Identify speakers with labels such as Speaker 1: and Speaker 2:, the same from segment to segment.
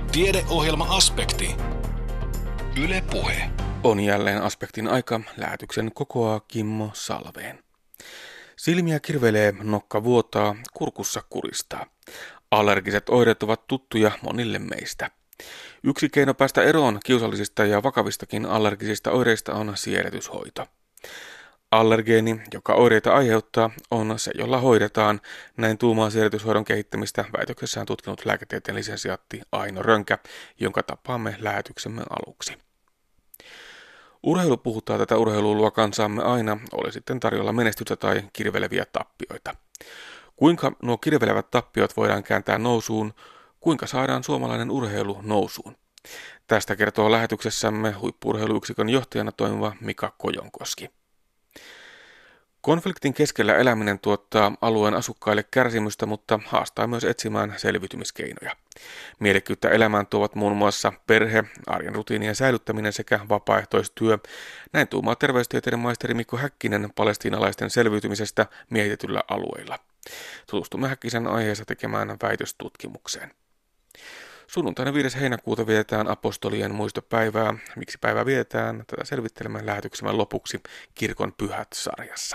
Speaker 1: Tiedeohjelma-aspekti. Yle Puhe.
Speaker 2: On jälleen aspektin aika. Lähetyksen kokoaa Kimmo Salveen. Silmiä kirvelee, nokka vuotaa, kurkussa kuristaa. Allergiset oireet ovat tuttuja monille meistä. Yksi keino päästä eroon kiusallisista ja vakavistakin allergisista oireista on siedätyshoito. Allergeeni, joka oireita aiheuttaa, on se, jolla hoidetaan. Näin tuumaa siedätyshoidon kehittämistä väitöksessään tutkinut lääketieteen lisensiaatti Aino Rönkä, jonka tapaamme lähetyksemme aluksi. Urheilu puhuttaa tätä urheilulua kansaamme aina, oli sitten tarjolla menestystä tai kirveleviä tappioita. Kuinka nuo kirvelevät tappiot voidaan kääntää nousuun? Kuinka saadaan suomalainen urheilu nousuun? Tästä kertoo lähetyksessämme huippu-urheiluyksikön johtajana toimiva Mika Kojonkoski. Konfliktin keskellä eläminen tuottaa alueen asukkaille kärsimystä, mutta haastaa myös etsimään selviytymiskeinoja. Mielekkyyttä elämään tuovat muun muassa perhe, arjen rutiinien säilyttäminen sekä vapaaehtoistyö. Näin tuumaa terveystieteiden maisteri Mikko Häkkinen palestiinalaisten selviytymisestä miehitetyllä alueilla. Tutustumme Häkkisen aiheessa tekemään väitöstutkimukseen. Sunnuntaina 5. heinäkuuta vietetään apostolien muistopäivää. Miksi päivää vietetään? Tätä selvittelemme lähetyksemme lopuksi Kirkon pyhät-sarjassa.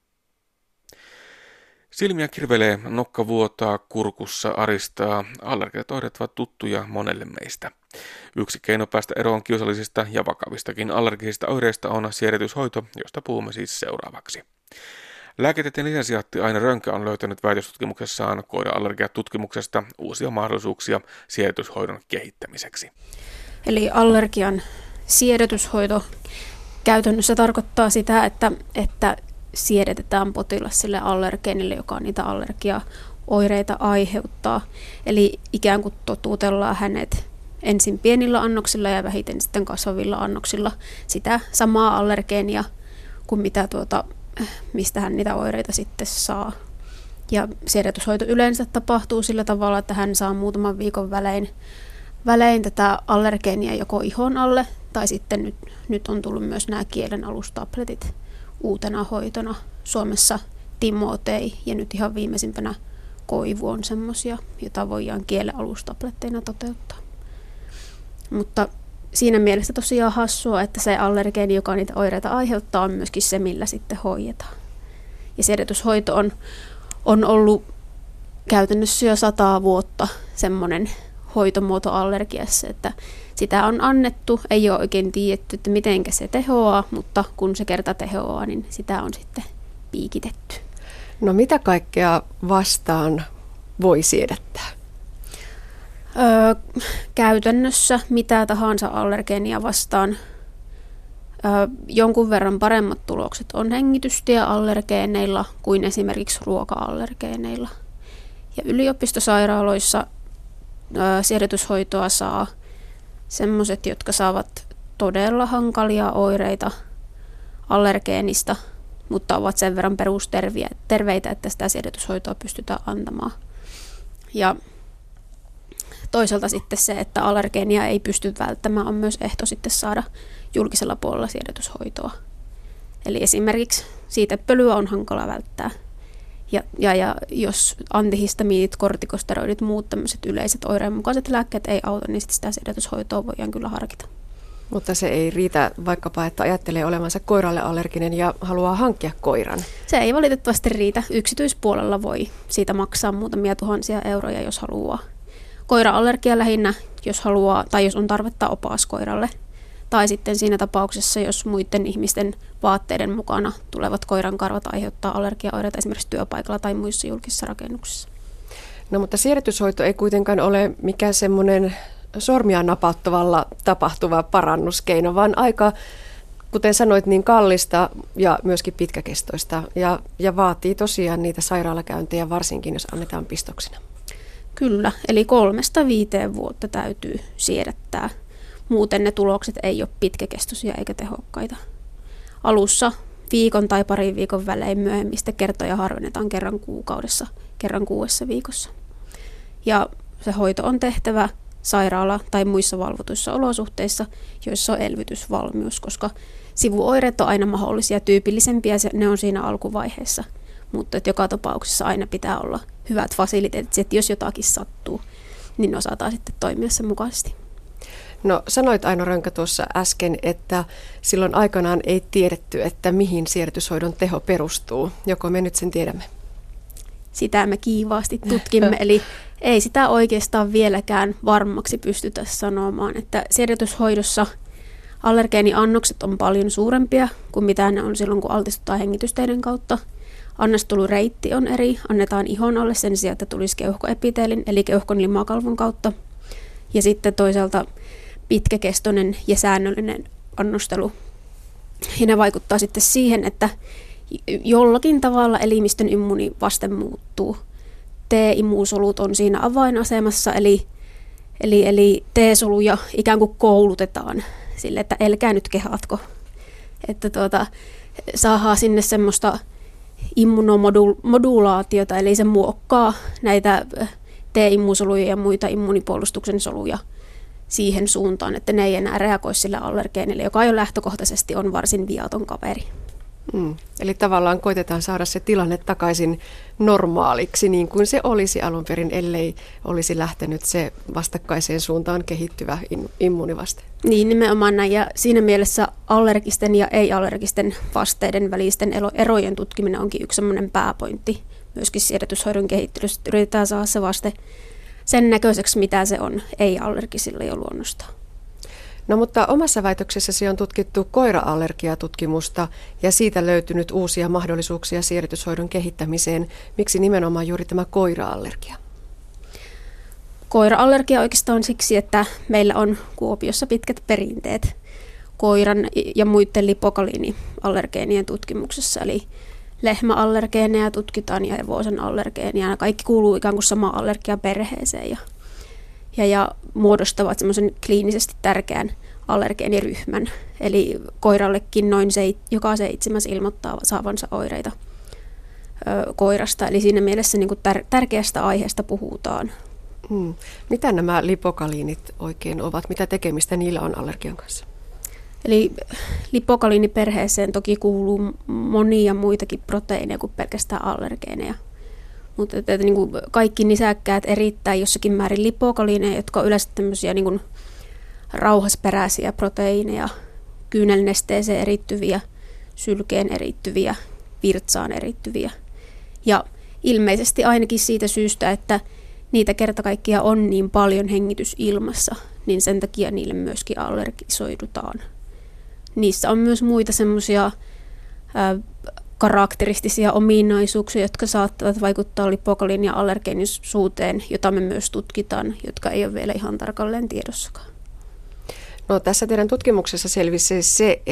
Speaker 2: Silmiä kirvelee, nokka vuotaa, kurkussa aristaa. Allergiset oireet ovat tuttuja monelle meistä. Yksi keino päästä eroon kiusallisista ja vakavistakin allergisista oireista on siedätyshoito, josta puhumme siis seuraavaksi. Lääketieteen lisensiaatti Aino Rönkä on löytänyt väitöstutkimuksessaan koira-allergiatutkimuksesta uusia mahdollisuuksia siedätyshoidon kehittämiseksi.
Speaker 3: Eli allergian siedätyshoito käytännössä tarkoittaa sitä, että siedätetään potilas sille allergeenille, joka niitä allergiaoireita aiheuttaa. Eli ikään kuin totuutellaan hänet ensin pienillä annoksilla ja vähiten sitten kasvavilla annoksilla sitä samaa allergeenia kuin mistä hän niitä oireita sitten saa. Ja siedätyshoito yleensä tapahtuu sillä tavalla, että hän saa muutaman viikon välein tätä allergeenia joko ihon alle, tai sitten nyt on tullut myös nämä kielen alustabletit uutena hoitona. Suomessa Timotei ja nyt ihan viimeisimpänä Koivu on semmoisia, joita voidaan kielen alustabletteina toteuttaa. Mutta siinä mielessä tosiaan hassua, että se allergeeni, joka niitä oireita aiheuttaa, on myöskin se, millä sitten hoidetaan. Ja siedätyshoito on ollut käytännössä jo 100 vuotta semmoinen hoitomuoto allergiassa, että sitä on annettu, ei ole oikein tiedetty, että miten se tehoaa, mutta kun se kerta tehoaa, niin sitä on sitten piikitetty.
Speaker 4: No mitä kaikkea vastaan voi siedättää?
Speaker 3: Käytännössä mitä tahansa allergeenia vastaan. Jonkun verran paremmat tulokset on hengitystieallergeeneilla kuin esimerkiksi ruoka-allergeeneilla. Ja yliopistosairaaloissa siedätyshoitoa saa sellaiset, jotka saavat todella hankalia oireita allergeenista, mutta ovat sen verran perusterveitä, että sitä siedätyshoitoa pystytään antamaan. Ja toisaalta sitten se, että allergeenia ei pysty välttämään, on myös ehto sitten saada julkisella puolella siedätyshoitoa. Eli esimerkiksi siitepölyä on hankala välttää. Ja jos antihistamiinit, kortikosteroidit, muut tämmöiset yleiset oireenmukaiset lääkkeet ei auta, niin sitä siedätyshoitoa voidaan kyllä harkita.
Speaker 4: Mutta se ei riitä vaikkapa, että ajattelee olevansa koiralle allerginen ja haluaa hankkia koiran.
Speaker 3: Se ei valitettavasti riitä. Yksityispuolella voi siitä maksaa muutamia tuhansia euroja, jos haluaa. Koira-allergia lähinnä, jos haluaa tai jos on tarvetta opaskoiralle. Tai sitten siinä tapauksessa, jos muiden ihmisten vaatteiden mukana tulevat koiran karvat aiheuttaa allergiaoireita esimerkiksi työpaikalla tai muissa julkisissa rakennuksissa.
Speaker 4: No mutta siedätyshoito ei kuitenkaan ole mikään semmoinen sormia napauttavalla tapahtuva parannuskeino, vaan aika, kuten sanoit, niin kallista ja myöskin pitkäkestoista ja vaatii tosiaan niitä sairaalakäyntejä, varsinkin jos annetaan pistoksena.
Speaker 3: Kyllä, eli 3-5 vuotta täytyy siedättää. Muuten ne tulokset ei ole pitkäkestoisia eikä tehokkaita. Alussa viikon tai parin viikon välein myöhemmistä kertoja harvennetaan kerran kuukaudessa, kerran 6 viikossa. Ja se hoito on tehtävä sairaala- tai muissa valvotuissa olosuhteissa, joissa on elvytysvalmius, koska sivuoireet on aina mahdollisia, tyypillisempiä ne on siinä alkuvaiheessa. Mutta joka tapauksessa aina pitää olla hyvät fasiliteetit, että jos jotakin sattuu, niin osataan sitten toimia sen mukaisesti.
Speaker 4: No sanoit Aino Rönkä tuossa äsken, että silloin aikanaan ei tiedetty, että mihin siedätyshoidon teho perustuu. Joko me nyt sen tiedämme?
Speaker 3: Sitä me kiivaasti tutkimme, eli ei sitä oikeastaan vieläkään varmaksi pystytä sanomaan, että siedätyshoidossa allergeeniannokset on paljon suurempia kuin mitä ne on silloin, kun altistutaan hengitysteiden kautta. Annostulureitti on eri, annetaan ihon alle sen sijaan, että tulisi keuhkoepiteelin, eli keuhkon limakalvon kautta. Ja sitten toisaalta pitkäkestoinen ja säännöllinen annostelu. Ja ne vaikuttaa sitten siihen, että jollakin tavalla elimistön immuunivaste muuttuu. T-immuusolut on siinä avainasemassa, eli T-soluja ikään kuin koulutetaan sille, että älkää nyt kehatko. Että saadaan sinne semmoista immunomodulaatiota, eli se muokkaa näitä T-immuusoluja ja muita immuunipuolustuksen soluja siihen suuntaan, että ne ei enää reagoi sillä allergeenille, joka jo lähtökohtaisesti on varsin viaton kaveri.
Speaker 4: Eli tavallaan koitetaan saada se tilanne takaisin normaaliksi, niin kuin se olisi alun perin, ellei olisi lähtenyt se vastakkaiseen suuntaan kehittyvä immuunivaste.
Speaker 3: Niin, nimenomaan näin. Ja siinä mielessä allergisten ja ei-allergisten vasteiden välisten erojen tutkiminen onkin yksi sellainen pääpointti. Myöskin siedätyshoidon kehittelyssä yritetään saada se vaste sen näköiseksi, mitä se on ei-allergisilla jo luonnostaan.
Speaker 4: No mutta omassa väitöksessäsi on tutkittu koira-allergiatutkimusta ja siitä löytynyt uusia mahdollisuuksia siedätyshoidon kehittämiseen. Miksi nimenomaan juuri tämä koira-allergia?
Speaker 3: Koira-allergia oikeastaan siksi, että meillä on Kuopiossa pitkät perinteet koiran ja muiden lipokaliiniallergeenien tutkimuksessa. Eli lehmäallergeeneja tutkitaan ja hevosen allergeeneja. Kaikki kuuluu ikään kuin samaan allergiaperheeseen ja muodostavat semmoisen kliinisesti tärkeän allergeeniryhmän. Eli koirallekin joka 7. ilmoittaa saavansa oireita koirasta. Eli siinä mielessä niin kuin tärkeästä aiheesta puhutaan.
Speaker 4: Mitä nämä lipokaliinit oikein ovat? Mitä tekemistä niillä on allergian kanssa?
Speaker 3: Eli lipokaliiniperheeseen toki kuuluu monia muitakin proteiineja kuin pelkästään allergeeneja. Mutta niin kuin kaikki nisäkkäät erittää jossakin määrin lipokaliineja, jotka on yleensä tämmöisiä niin kuin rauhasperäisiä proteiineja, kyynelnesteeseen erittyviä, sylkeen erittyviä, virtsaan erittyviä. Ja ilmeisesti ainakin siitä syystä, että niitä kerta kaikkiaan on niin paljon hengitysilmassa, niin sen takia niille myöskin allergisoidutaan. Niissä on myös muita semmoisia karakteristisia ominaisuuksia, jotka saattavat vaikuttaa lipokaliin ja allergeenisuuteen, jota me myös tutkitaan, jotka ei ole vielä ihan tarkalleen tiedossakaan.
Speaker 4: No, tässä teidän tutkimuksessa selvisi se,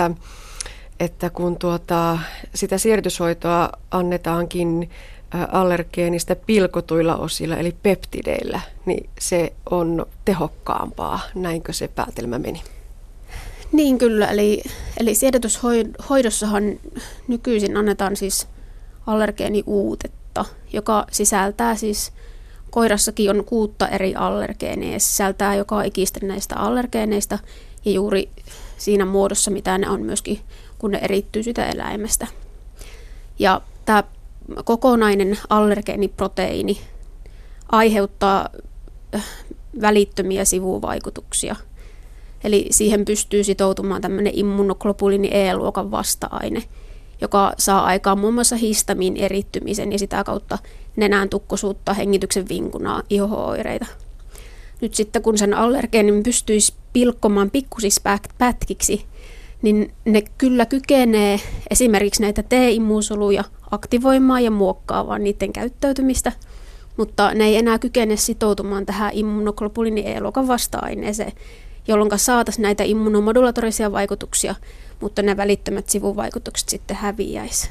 Speaker 4: että kun sitä siedätyshoitoa annetaankin allergeenistä pilkotuilla osilla, eli peptideillä, niin se on tehokkaampaa. Näinkö se päätelmä meni?
Speaker 3: Niin kyllä, eli siedätyshoidossahan nykyisin annetaan siis allergeeniuutetta, joka sisältää siis, koirassakin on 6 eri allergeeneja ja sisältää joka ikistä näistä allergeeneista ja juuri siinä muodossa, mitä ne on myöskin, kun ne erittyy sitä eläimestä. Ja tämä kokonainen allergeeniproteiini aiheuttaa välittömiä sivuvaikutuksia. Eli siihen pystyy sitoutumaan tämmöinen immunoglobuliini E-luokan vasta-aine, joka saa aikaan muun muassa histamiin erittymisen ja sitä kautta nenän tukkosuutta, hengityksen vinkunaa, iho-oireita. Nyt sitten kun sen allergeenin pystyisi pilkkomaan pikkusiksi pätkiksi, niin ne kyllä kykenee esimerkiksi näitä T-immuusoluja aktivoimaan ja muokkaamaan niiden käyttäytymistä, mutta ne ei enää kykene sitoutumaan tähän immunoglobuliini E-luokan vasta-aineeseen, jolloin saataisiin näitä immunomodulatorisia vaikutuksia, mutta ne välittömät sivuvaikutukset sitten häviäisi.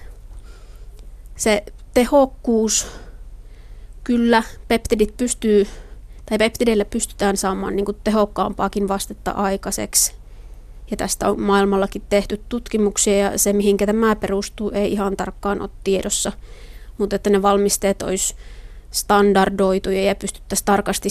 Speaker 3: Se tehokkuus, kyllä peptideille pystytään saamaan niin kuin tehokkaampaakin vastetta aikaiseksi. Ja tästä on maailmallakin tehty tutkimuksia ja se, mihinkä tämä perustuu, ei ihan tarkkaan ole tiedossa. Mutta että ne valmisteet olisi standardoituja ja pystyttäisiin tarkasti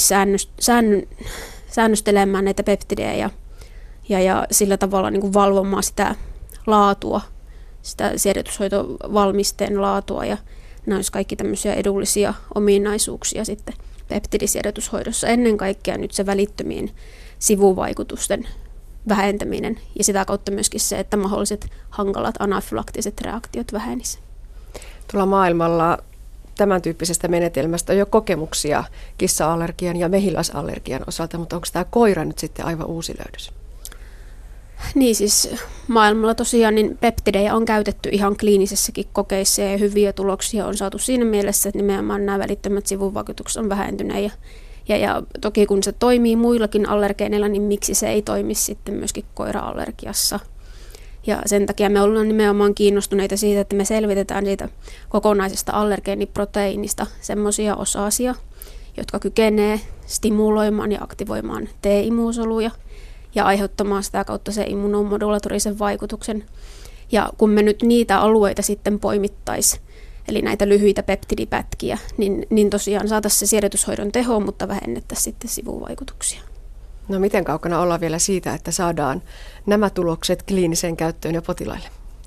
Speaker 3: säännöstelemään näitä peptidejä ja sillä tavalla niin kuin valvomaan sitä laatua, sitä siedätyshoitovalmisteen laatua ja nämä olisi kaikki tämmöisiä edullisia ominaisuuksia sitten peptidisiedätyshoidossa ennen kaikkea nyt se välittömien sivuvaikutusten vähentäminen ja sitä kautta myöskin se, että mahdolliset hankalat anafylaktiset reaktiot vähenisivät.
Speaker 4: Tuolla maailmalla tämän tyyppisestä menetelmästä on jo kokemuksia kissa-allergian ja mehiläisallergian osalta, mutta onko tämä koira nyt sitten aivan uusi löydös?
Speaker 3: Niin siis maailmalla tosiaan niin peptidejä on käytetty ihan kliinisessäkin kokeissa ja hyviä tuloksia on saatu siinä mielessä, että nimenomaan nämä välittömät sivuvaikutukset on vähentyneet. Ja toki kun se toimii muillakin allergeeneilla, niin miksi se ei toimi sitten myöskin koira-allergiassa. Ja sen takia me ollaan nimenomaan kiinnostuneita siitä, että me selvitetään siitä kokonaisesta allergeeniproteiinista semmoisia osasia, jotka kykenee stimuloimaan ja aktivoimaan T-immuusoluja ja aiheuttamaan sitä kautta se immunomodulatorisen vaikutuksen. Ja kun me nyt niitä alueita sitten poimittaisiin, eli näitä lyhyitä peptidipätkiä, niin tosiaan saataisiin se siedätyshoidon teho, mutta vähennettäisiin sitten sivuvaikutuksia.
Speaker 4: No miten kaukana ollaan vielä siitä, että saadaan nämä tulokset kliiniseen käyttöön ja potilaille?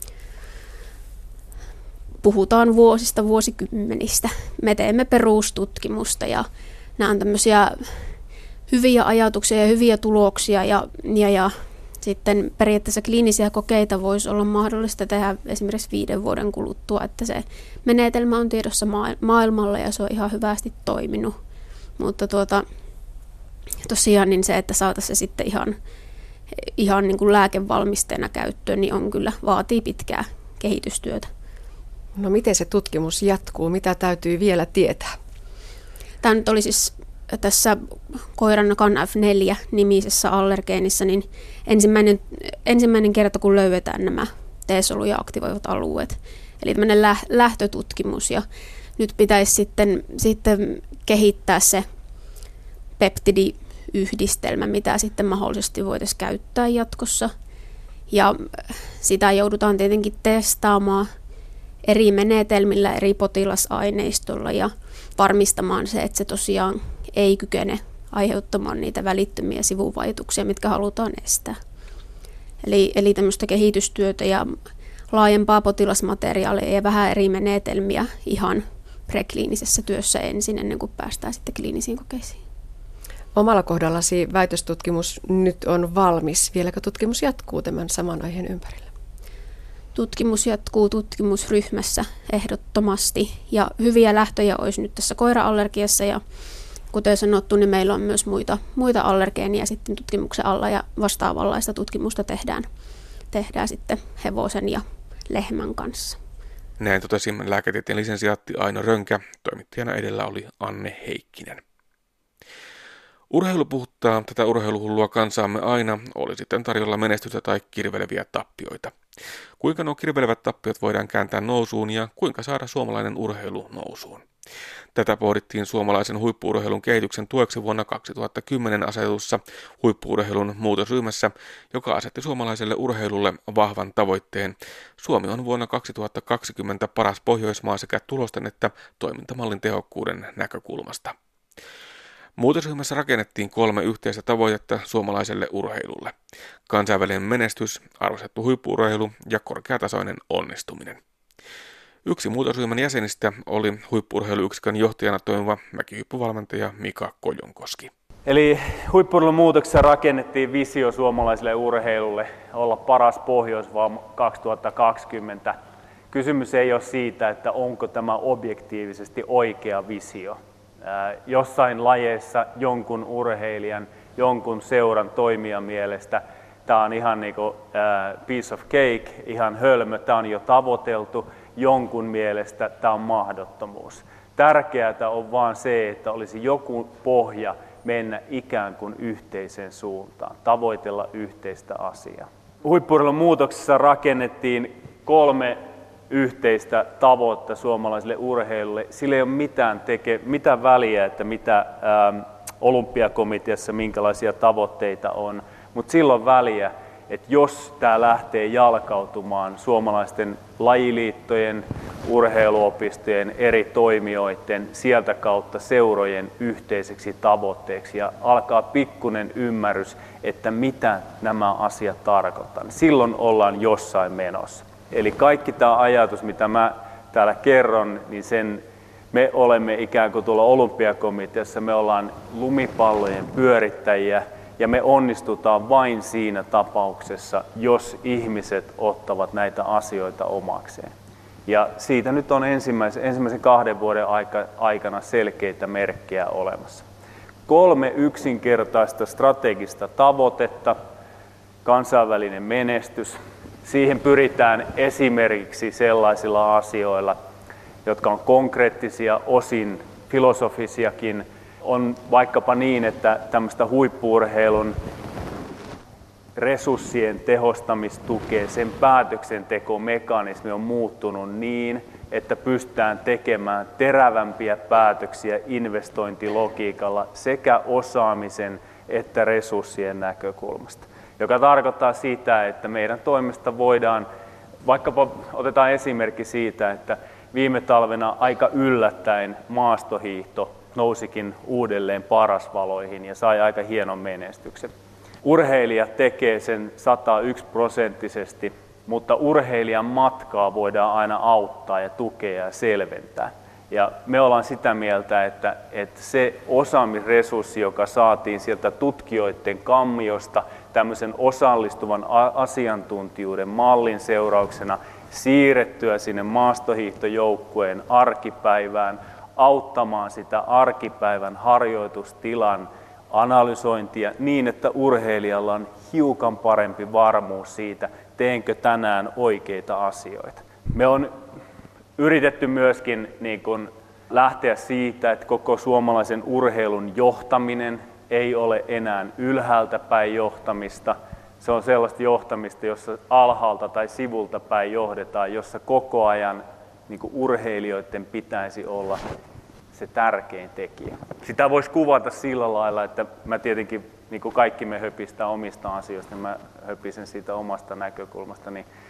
Speaker 3: Puhutaan vuosista, vuosikymmenistä. Me teemme perustutkimusta ja nämä on tämmöisiä hyviä ajatuksia ja hyviä tuloksia ja sitten periaatteessa kliinisiä kokeita voisi olla mahdollista tehdä esimerkiksi 5 vuoden kuluttua, että se menetelmä on tiedossa maailmalla ja se on ihan hyvästi toiminut. Mutta tosiaan niin se, että saataisiin se sitten ihan niin kuin lääkevalmisteena käyttöön, niin on kyllä vaatii pitkää kehitystyötä.
Speaker 4: No miten se tutkimus jatkuu? Mitä täytyy vielä tietää?
Speaker 3: Tämä nyt oli siis tässä koiran CANF4-nimisessä allergeenissa niin ensimmäinen kerta, kun löydetään nämä T-soluja aktivoivat alueet. Eli tämmöinen lähtötutkimus ja nyt pitäisi sitten kehittää se peptidiyhdistelmä, mitä sitten mahdollisesti voitaisiin käyttää jatkossa. Ja sitä joudutaan tietenkin testaamaan eri menetelmillä, eri potilasaineistolla ja varmistamaan se, että se tosiaan ei kykene aiheuttamaan niitä välittömiä sivuvaikutuksia, mitkä halutaan estää. Eli tämmöistä kehitystyötä ja laajempaa potilasmateriaalia ja vähän eri menetelmiä ihan prekliinisessä työssä ensin, ennen kuin päästään sitten kliinisiin kokeisiin.
Speaker 4: Omalla kohdallasi väitöstutkimus nyt on valmis. Vieläkö tutkimus jatkuu tämän saman aiheen ympärillä?
Speaker 3: Tutkimus jatkuu tutkimusryhmässä ehdottomasti ja hyviä lähtöjä olisi nyt tässä koira-allergiassa ja kuten sanottu, niin meillä on myös muita allergeeneja sitten tutkimuksen alla ja vastaavanlaista tutkimusta tehdään sitten hevosen ja lehmän kanssa.
Speaker 2: Näin totesi lääketieteen lisensiaatti Aino Rönkä, toimittajana edellä oli Anne Heikkinen. Urheilu puhuttaa tätä urheiluhullua kansaamme aina, oli sitten tarjolla menestystä tai kirveleviä tappioita. Kuinka nuo kirvelevät tappiot voidaan kääntää nousuun ja kuinka saada suomalainen urheilu nousuun? Tätä pohdittiin suomalaisen huippu-urheilun kehityksen tueksi vuonna 2010 asetussa huippu-urheilun muutosryhmässä, joka asetti suomalaiselle urheilulle vahvan tavoitteen. Suomi on vuonna 2020 paras Pohjoismaa sekä tulosten että toimintamallin tehokkuuden näkökulmasta. Muutosryhmässä rakennettiin 3 yhteistä tavoitetta suomalaiselle urheilulle. Kansainvälinen menestys, arvostettu huippu-urheilu ja korkeatasoinen onnistuminen. Yksi muutosryhmän jäsenistä oli huippu-urheiluyksikön johtajana toimiva mäkihyppyvalmentaja Mika Kojonkoski.
Speaker 5: Eli huippu-urheilun muutoksessa rakennettiin visio suomalaiselle urheilulle olla paras Pohjoismaa 2020. Kysymys ei ole siitä, että onko tämä objektiivisesti oikea visio. Jossain lajeissa jonkun urheilijan, jonkun seuran toimijan mielestä tämä on ihan niin kuin piece of cake, ihan hölmö, tämä on jo tavoiteltu, jonkun mielestä tämä on mahdottomuus. Tärkeää on vaan se, että olisi joku pohja mennä ikään kuin yhteiseen suuntaan, tavoitella yhteistä asiaa. Huippu-urheilun muutoksessa rakennettiin 3 yhteistä tavoitetta suomalaiselle urheilulle. Sillä ei ole mitään väliä, että mitä olympiakomiteassa, minkälaisia tavoitteita on, mutta sillä on väliä, että jos tämä lähtee jalkautumaan suomalaisten lajiliittojen, urheiluopistojen, eri toimijoiden, sieltä kautta seurojen yhteiseksi tavoitteeksi ja alkaa pikkuinen ymmärrys, että mitä nämä asiat tarkoittavat, silloin ollaan jossain menossa. Eli kaikki tämä ajatus, mitä mä täällä kerron, niin sen Me olemme ikään kuin tuolla olympiakomiteassa, me ollaan lumipallojen pyörittäjiä ja me onnistutaan vain siinä tapauksessa, jos ihmiset ottavat näitä asioita omakseen. Ja siitä nyt on ensimmäisen 2 vuoden aikana selkeitä merkkejä olemassa. 3 yksinkertaista strategista tavoitetta, kansainvälinen menestys. Siihen pyritään esimerkiksi sellaisilla asioilla, jotka on konkreettisia, osin filosofisiakin. On vaikkapa niin, että tämmöistä huippu-urheilun resurssien tehostamistukea, sen päätöksentekomekanismi on muuttunut niin, että pystytään tekemään terävämpiä päätöksiä investointilogiikalla sekä osaamisen että resurssien näkökulmasta. Joka tarkoittaa sitä, että meidän toimesta voidaan, vaikkapa otetaan esimerkki siitä, että viime talvena aika yllättäen maastohiihto nousikin uudelleen parasvaloihin ja sai aika hienon menestyksen. Urheilija tekee sen 101%, mutta urheilijan matkaa voidaan aina auttaa ja tukea ja selventää. Ja me ollaan sitä mieltä, että se osaamisresurssi, joka saatiin sieltä tutkijoiden kammiosta tämmöisen osallistuvan asiantuntijuuden mallin seurauksena siirrettyä sinne maastohiihtojoukkueen arkipäivään, auttamaan sitä arkipäivän harjoitustilan analysointia niin, että urheilijalla on hiukan parempi varmuus siitä, teenkö tänään oikeita asioita. Me on yritetty myöskin lähteä siitä, että koko suomalaisen urheilun johtaminen ei ole enää ylhäältä päin johtamista. Se on sellaista johtamista, jossa alhaalta tai sivulta päin johdetaan, jossa koko ajan urheilijoiden pitäisi olla se tärkein tekijä. Sitä voisi kuvata sillä lailla, että mä tietenkin, niin kuin kaikki me höpistää omista asioista, niin mä höpisen siitä omasta näkökulmasta,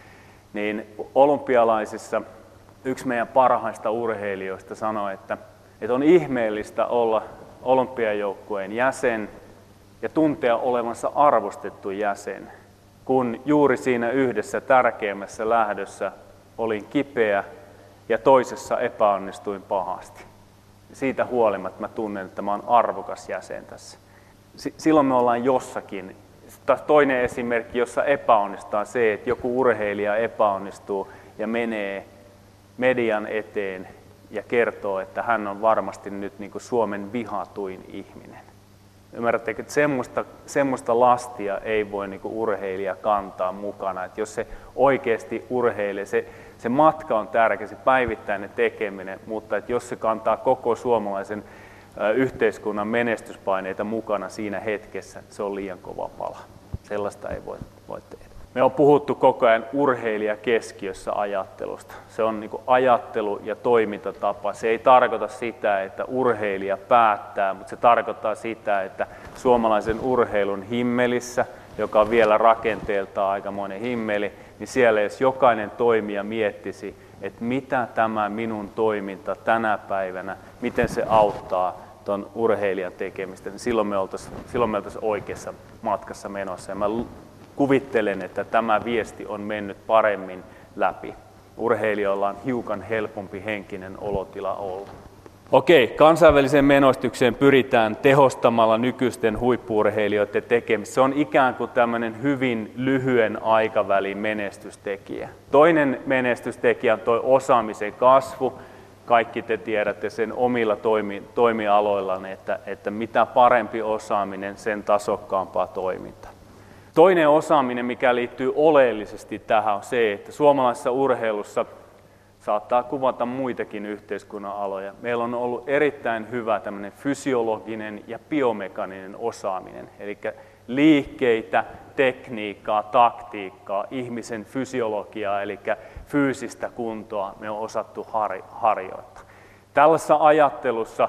Speaker 5: niin olympialaisissa yksi meidän parhaista urheilijoista sanoi, että on ihmeellistä olla olympiajoukkueen jäsen ja tuntea olevansa arvostettu jäsen, kun juuri siinä yhdessä tärkeimmässä lähdössä olin kipeä ja toisessa epäonnistuin pahasti. Siitä huolimatta mä tunnen, että mä oon arvokas jäsen tässä. Silloin me ollaan jossakin. Taas toinen esimerkki, jossa epäonnistaa se, että joku urheilija epäonnistuu ja menee median eteen ja kertoo, että hän on varmasti nyt Suomen vihatuin ihminen. Ymmärrättekö, että semmoista lastia ei voi urheilija kantaa mukana. Että jos se oikeasti urheilee, se matka on tärkeä, se päivittäinen tekeminen, mutta että jos se kantaa koko suomalaisen yhteiskunnan menestyspaineita mukana siinä hetkessä, se on liian kova pala. Sellaista ei voi tehdä. Me on puhuttu koko ajan urheilija keskiössä ajattelusta. Se on ajattelu ja toimintatapa. Se ei tarkoita sitä, että urheilija päättää, mutta se tarkoittaa sitä, että suomalaisen urheilun himmelissä, joka on vielä rakenteeltaan aikamoinen himmeli, niin siellä jos jokainen toimija miettisi, että mitä tämä minun toiminta tänä päivänä, miten se auttaa tuon urheilijan tekemistä, niin silloin me oltaisiin oikeassa matkassa menossa. Ja mä kuvittelen, että tämä viesti on mennyt paremmin läpi. Urheilijoilla on hiukan helpompi henkinen olotila olla. Okei, kansainväliseen menestykseen pyritään tehostamalla nykyisten huippu-urheilijoiden tekemistä. Se on ikään kuin tämmöinen hyvin lyhyen aikavälin menestystekijä. Toinen menestystekijä on tuo osaamisen kasvu. Kaikki te tiedätte sen omilla toimialoillanne, että mitä parempi osaaminen, sen tasokkaampaa toimintaa. Toinen osaaminen, mikä liittyy oleellisesti tähän, on se, että suomalaisessa urheilussa saattaa kuvata muitakin yhteiskunnan aloja. Meillä on ollut erittäin hyvä tämmöinen fysiologinen ja biomekaninen osaaminen, eli liikkeitä, tekniikkaa, taktiikkaa, ihmisen fysiologiaa, eli fyysistä kuntoa me on osattu harjoittaa. Tällaisessa ajattelussa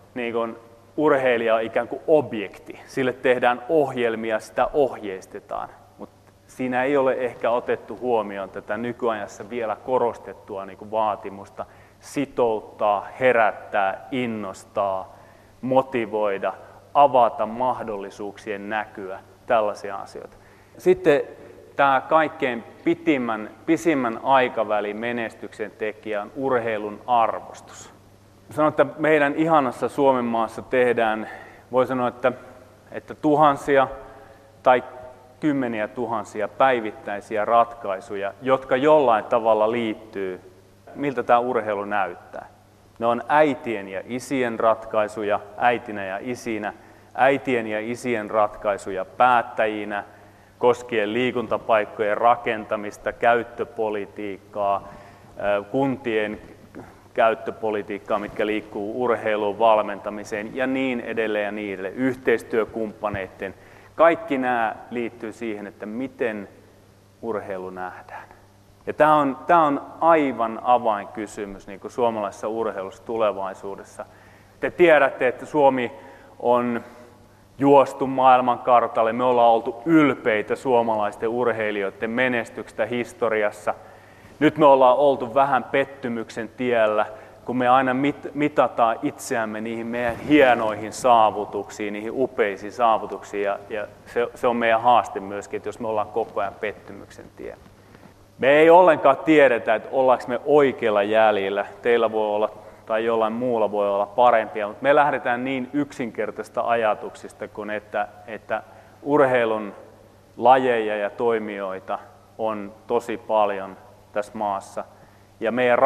Speaker 5: urheilija on ikään kuin objekti. Sille tehdään ohjelmia, sitä ohjeistetaan. Mutta siinä ei ole ehkä otettu huomioon tätä nykyajassa vielä korostettua vaatimusta sitouttaa, herättää, innostaa, motivoida, avata mahdollisuuksien näkyä, tällaisia asioita. Sitten tämä kaikkein pisimmän aikavälin menestyksen tekijä on urheilun arvostus. Sanon, että meidän ihanassa Suomen maassa tehdään, voi sanoa, että tuhansia tai kymmeniä tuhansia päivittäisiä ratkaisuja, jotka jollain tavalla liittyy, miltä tämä urheilu näyttää. Ne on äitien ja isien ratkaisuja äitinä ja isinä, äitien ja isien ratkaisuja päättäjinä, koskien liikuntapaikkojen rakentamista, käyttöpolitiikkaa, kuntien käyttöpolitiikkaa, mitkä liikkuu urheiluun, valmentamiseen ja niin edelleen ja niin edelleen, yhteistyökumppaneiden. Kaikki nämä liittyy siihen, että miten urheilu nähdään. Ja tämä on aivan avainkysymys niin kuin suomalaisessa urheilussa tulevaisuudessa. Te tiedätte, että Suomi on juostu maailmankartalle. Me ollaan oltu ylpeitä suomalaisten urheilijoiden menestyksestä historiassa. Nyt me ollaan oltu vähän pettymyksen tiellä, kun me aina mitataan itseämme niihin meidän hienoihin saavutuksiin, niihin upeisiin saavutuksiin. Ja se on meidän haaste myöskin, että jos me ollaan koko ajan pettymyksen tiellä. Me ei ollenkaan tiedetä, että ollaanko me oikealla jäljellä. Teillä voi olla tai jollain muulla voi olla parempia, mutta me lähdetään niin yksinkertaisista ajatuksista kuin että urheilun lajeja ja toimijoita on tosi paljon tässä maassa. Ja meidän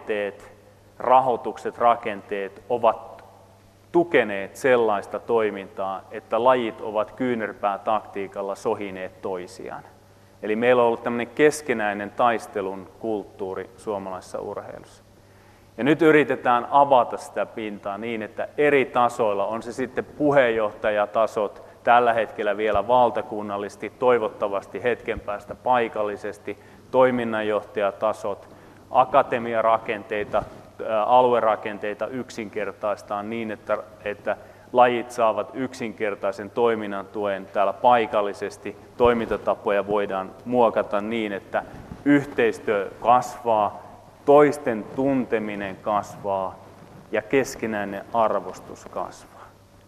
Speaker 5: rahoitukset ovat tukeneet sellaista toimintaa, että lajit ovat kyynärpäätaktiikalla sohineet toisiaan. Eli meillä on ollut tämmöinen keskinäinen taistelun kulttuuri suomalaisessa urheilussa. Ja nyt yritetään avata sitä pintaa niin, että eri tasoilla, on se sitten puheenjohtajatasot, tällä hetkellä vielä valtakunnallisesti, toivottavasti hetken päästä paikallisesti, toiminnanjohtajatasot, akatemiarakenteita, aluerakenteita yksinkertaistaan niin, että lajit saavat yksinkertaisen toiminnan tuen täällä paikallisesti. Toimintatapoja voidaan muokata niin, että yhteistyö kasvaa, toisten tunteminen kasvaa ja keskinäinen arvostus kasvaa.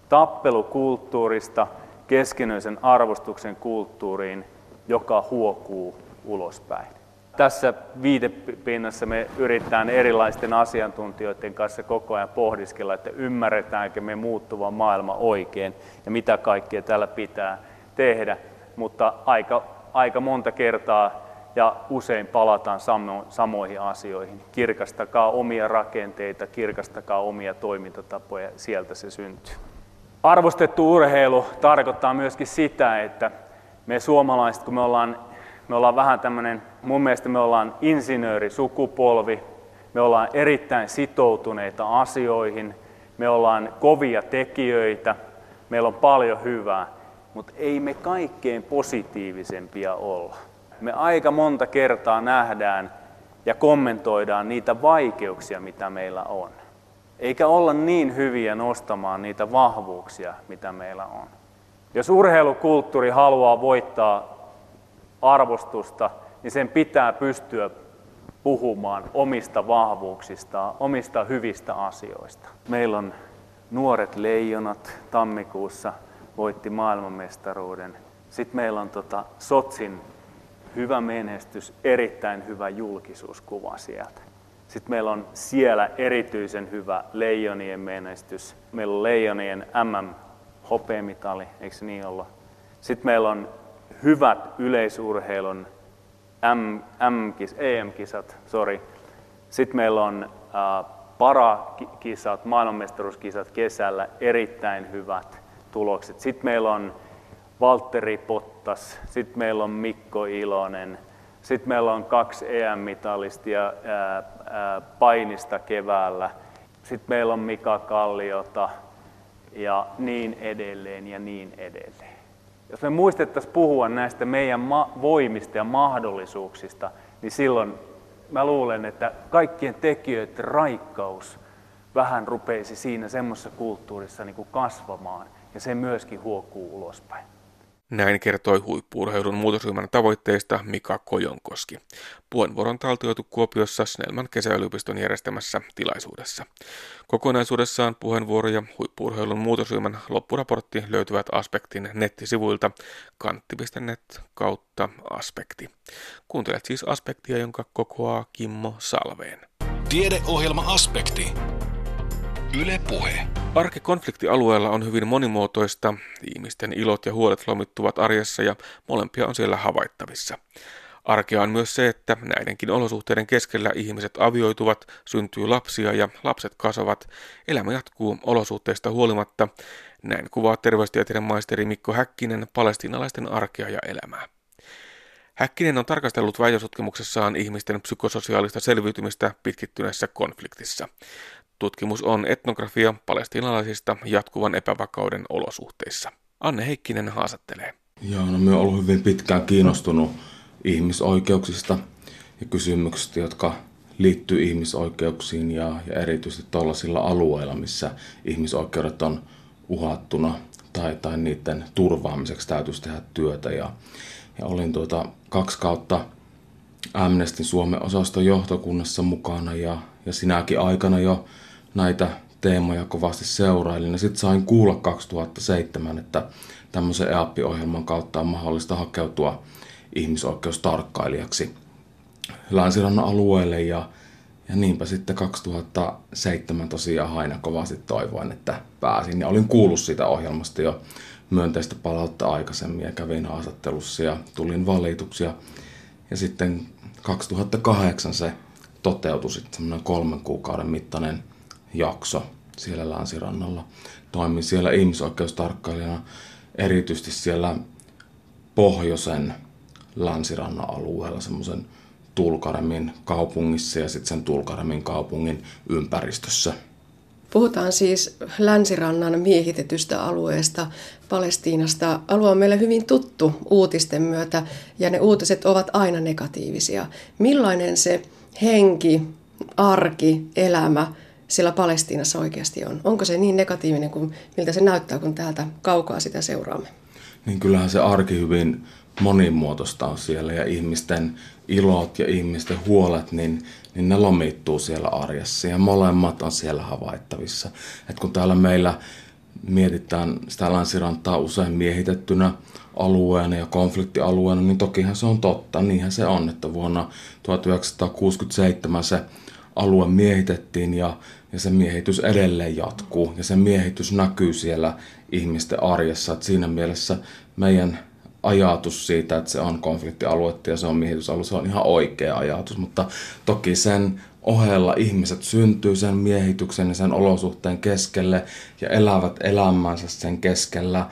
Speaker 5: Tappelukulttuurista keskinäisen arvostuksen kulttuuriin, joka huokuu ulospäin. Tässä viitepinnassa me yritetään erilaisten asiantuntijoiden kanssa koko ajan pohdiskella, että ymmärretäänkö me muuttuva maailma oikein ja mitä kaikkea tällä pitää tehdä, mutta aika monta kertaa ja usein palataan samoihin asioihin. Kirkastakaa omia rakenteita, kirkastakaa omia toimintatapoja, sieltä se syntyy. Arvostettu urheilu tarkoittaa myöskin sitä, että me suomalaiset, kun me ollaan vähän tämmöinen, mun mielestä me ollaan insinöörisukupolvi, me ollaan erittäin sitoutuneita asioihin, me ollaan kovia tekijöitä, meillä on paljon hyvää, mutta ei me kaikkein positiivisempia olla. Me aika monta kertaa nähdään ja kommentoidaan niitä vaikeuksia, mitä meillä on. Eikä olla niin hyviä nostamaan niitä vahvuuksia, mitä meillä on. Jos urheilukulttuuri haluaa voittaa arvostusta, niin sen pitää pystyä puhumaan omista vahvuuksistaan, omista hyvistä asioista. Meillä on nuoret leijonat tammikuussa voitti maailmanmestaruuden. Sitten meillä on Sotsin hyvä menestys, erittäin hyvä julkisuuskuva sieltä. Sitten meillä on siellä erityisen hyvä leijonien menestys. Meillä on leijonien MM-hopeamitali, eikö se niin olla? Sitten meillä on hyvät yleisurheilun EM-kisat, Sitten meillä on parakisat, maailmanmestaruuskisat kesällä, erittäin hyvät tulokset. Sitten meillä on Valtteri Bottas, sitten meillä on Mikko Ilonen, sitten meillä on 2 EM-mitalistia painista keväällä, sitten meillä on Mika Kalliota ja niin edelleen ja niin edelleen. Jos me muistettaisiin puhua näistä meidän voimista ja mahdollisuuksista, niin silloin mä luulen, että kaikkien tekijöiden raikkaus vähän rupeisi siinä semmoisessa kulttuurissa niin kuin kasvamaan ja se myöskin huokuu ulospäin.
Speaker 2: Näin kertoi huippu-urheilun muutosryhmän tavoitteista Mika Kojonkoski. Puheenvuoron taltioitu Kuopiossa Snellman kesäyliopiston järjestämässä tilaisuudessa. Kokonaisuudessaan puheenvuoro ja huippu-urheilun muutosryhmän loppuraportti löytyvät Aspektin nettisivuilta kantti.net/aspekti. Kuuntelet siis Aspektia, jonka kokoaa Kimmo Salveen.
Speaker 1: Tiedeohjelma Aspekti. Yle Puhe.
Speaker 2: Arki konfliktialueella on hyvin monimuotoista. Ihmisten ilot ja huolet lomittuvat arjessa ja molempia on siellä havaittavissa. Arkea on myös se, että näidenkin olosuhteiden keskellä ihmiset avioituvat, syntyy lapsia ja lapset kasvavat. Elämä jatkuu olosuhteista huolimatta. Näin kuvaa terveystieteiden maisteri Mikko Häkkinen palestiinalaisten arkea ja elämää. Häkkinen on tarkastellut väitöstutkimuksessaan ihmisten psykososiaalista selviytymistä pitkittyneessä konfliktissa. Tutkimus on etnografia palestiinalaisista jatkuvan epävakauden olosuhteissa. Anne Heikkinen haastattelee.
Speaker 6: Joo, no minä olen ollut hyvin pitkään kiinnostunut ihmisoikeuksista ja kysymyksistä, jotka liittyy ihmisoikeuksiin ja erityisesti tuollaisilla alueilla, missä ihmisoikeudet on uhattuna tai niiden turvaamiseksi täytyisi tehdä työtä. Ja olin 2 kautta Amnestyn Suomen osaston johtokunnassa mukana ja sinäkin aikana jo näitä teemoja kovasti seurailin. Ja sitten sain kuulla 2007, että tämmöisen EAP-ohjelman kautta on mahdollista hakeutua ihmisoikeustarkkailijaksi Länsirannan alueelle ja niinpä sitten 2007 tosiaan hain kovasti toivoin, että pääsin. Ja olin kuullut siitä ohjelmasta jo myönteistä palautta aikaisemmin ja kävin haastattelussa ja tulin valituksi. Ja sitten 2008 se toteutui sitten semmoinen 3 kuukauden mittainen jakso siellä Länsirannalla. Toimin siellä ihmisoikeustarkkailijana erityisesti siellä pohjoisen Länsirannan alueella semmoisen Tulkaremin kaupungissa ja sitten sen Tulkaremin kaupungin ympäristössä.
Speaker 4: Puhutaan siis Länsirannan miehitetystä alueesta, Palestiinasta. Alue on meille hyvin tuttu uutisten myötä ja ne uutiset ovat aina negatiivisia. Millainen se henki, arki, elämä siellä Palestiinassa oikeasti on? Onko se niin negatiivinen kuin miltä se näyttää, kun täältä kaukaa sitä seuraamme?
Speaker 6: Niin kyllähän se arki hyvin monimuotoista on siellä ja ihmisten ilot ja ihmisten huolet, niin ne lomittuu siellä arjessa ja molemmat on siellä havaittavissa. Et kun täällä meillä mietitään sitä Länsirantaa usein miehitettynä alueena ja konfliktialueena, niin tokihan se on totta. Niinhän se on, että vuonna 1967 se alue miehitettiin ja se miehitys edelleen jatkuu ja se miehitys näkyy siellä ihmisten arjessa. Et siinä mielessä meidän ajatus siitä, että se on konfliktialuetta ja se on miehitysalue, se on ihan oikea ajatus, mutta toki sen ohella ihmiset syntyy sen miehityksen ja sen olosuhteen keskelle ja elävät elämänsä sen keskellä.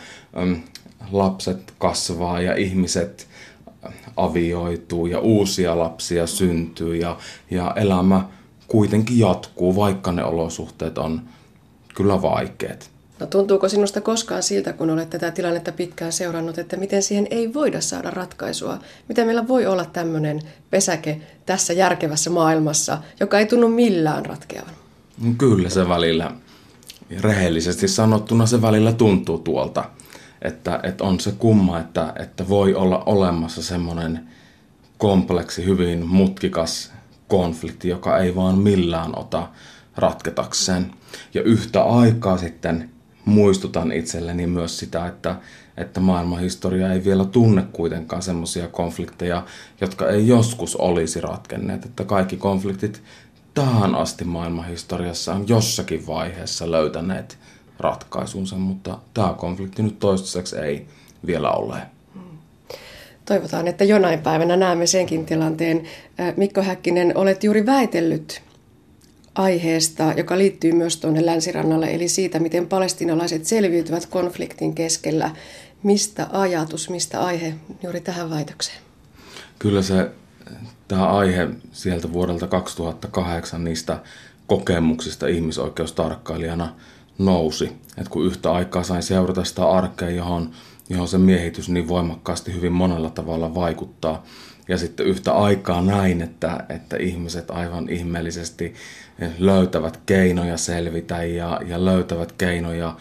Speaker 6: Lapset kasvaa ja ihmiset avioituu ja uusia lapsia syntyy ja elämä kuitenkin jatkuu, vaikka ne olosuhteet on kyllä vaikeat.
Speaker 4: No tuntuuko sinusta koskaan siltä, kun olet tätä tilannetta pitkään seurannut, että miten siihen ei voida saada ratkaisua? Miten meillä voi olla tämmöinen pesäke tässä järkevässä maailmassa, joka ei tunnu millään ratkeavan?
Speaker 6: Kyllä se välillä, rehellisesti sanottuna se välillä tuntuu tuolta, että on se kumma, että voi olla olemassa semmoinen kompleksi, hyvin mutkikas konflikti, joka ei vaan millään ota ratketakseen. Ja yhtä aikaa sitten muistutan itselleni myös sitä, että maailmanhistoria ei vielä tunne kuitenkaan semmoisia konflikteja, jotka ei joskus olisi ratkenneet. Että kaikki konfliktit tähän asti maailmanhistoriassa on jossakin vaiheessa löytäneet ratkaisunsa, mutta tämä konflikti nyt toistaiseksi ei vielä ole.
Speaker 4: Toivotaan, että jonain päivänä näemme senkin tilanteen. Mikko Häkkinen, olet juuri väitellyt aiheesta, joka liittyy myös tuonne Länsirannalle, eli siitä, miten palestiinalaiset selviytyvät konfliktin keskellä. Mistä ajatus, mistä aihe juuri tähän väitökseen?
Speaker 6: Kyllä tämä aihe sieltä vuodelta 2008 niistä kokemuksista ihmisoikeustarkkailijana nousi. Et kun yhtä aikaa sain seurata sitä arkea, johon se miehitys niin voimakkaasti hyvin monella tavalla vaikuttaa. Ja sitten yhtä aikaa näin, että ihmiset aivan ihmeellisesti löytävät keinoja selvitä ja löytävät keinoja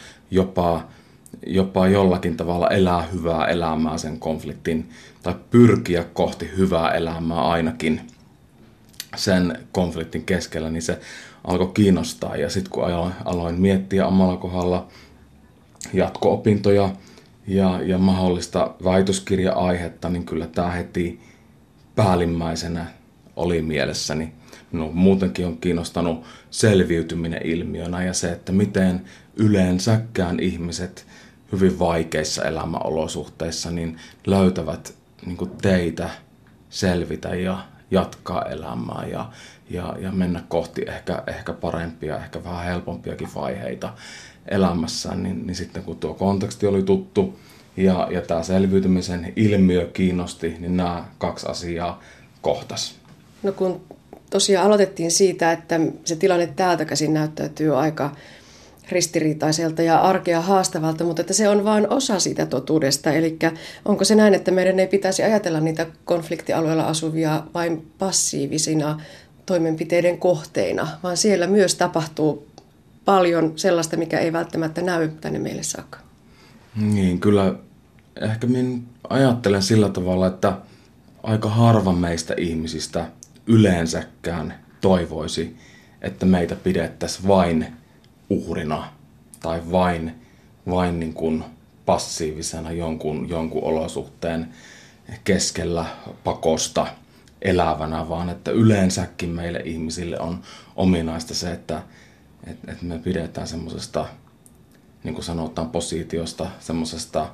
Speaker 6: jopa jollakin tavalla elää hyvää elämää sen konfliktin tai pyrkiä kohti hyvää elämää ainakin sen konfliktin keskellä, niin se alkoi kiinnostaa. Ja sitten kun aloin miettiä omalla kohdalla jatko-opintoja ja mahdollista väitöskirja-aihetta, niin kyllä tämä heti päällimmäisenä oli mielessäni. Minua muutenkin on kiinnostanut selviytyminen ilmiönä ja se, että miten yleensäkään ihmiset hyvin vaikeissa elämäolosuhteissa niin löytävät niin kuin teitä selvitä ja jatkaa elämää ja mennä kohti ehkä parempia, ehkä vähän helpompiakin vaiheita elämässään. Niin sitten kun tuo konteksti oli tuttu ja tämä selviytymisen ilmiö kiinnosti, niin nämä kaksi asiaa kohtas.
Speaker 4: No kun tosiaan aloitettiin siitä, että se tilanne täältä käsin näyttäytyy aika ristiriitaiselta ja arkea haastavalta, mutta että se on vain osa siitä totuudesta. Eli onko se näin, että meidän ei pitäisi ajatella niitä konfliktialueella asuvia vain passiivisina toimenpiteiden kohteina, vaan siellä myös tapahtuu paljon sellaista, mikä ei välttämättä näy tänne meille saakka?
Speaker 6: Niin, kyllä ehkä minä ajattelen sillä tavalla, että aika harva meistä ihmisistä yleensäkään toivoisi, että meitä pidettäisiin vain uhrina tai vain niin kuin passiivisena jonkun olosuhteen keskellä pakosta elävänä, vaan että yleensäkin meille ihmisille on ominaista se, että me pidetään semmoisesta, niin kuin sanotaan, positiosta, semmoisesta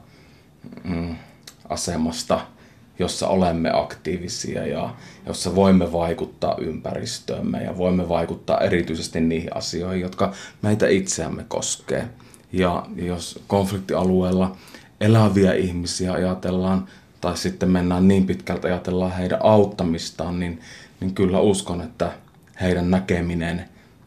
Speaker 6: asemasta, jossa olemme aktiivisia ja jossa voimme vaikuttaa ympäristöömme ja voimme vaikuttaa erityisesti niihin asioihin, jotka meitä itseämme koskee. Ja jos konfliktialueella eläviä ihmisiä ajatellaan, tai sitten mennään niin pitkältä ajatellaan heidän auttamistaan, niin kyllä uskon, että heidän näkeminen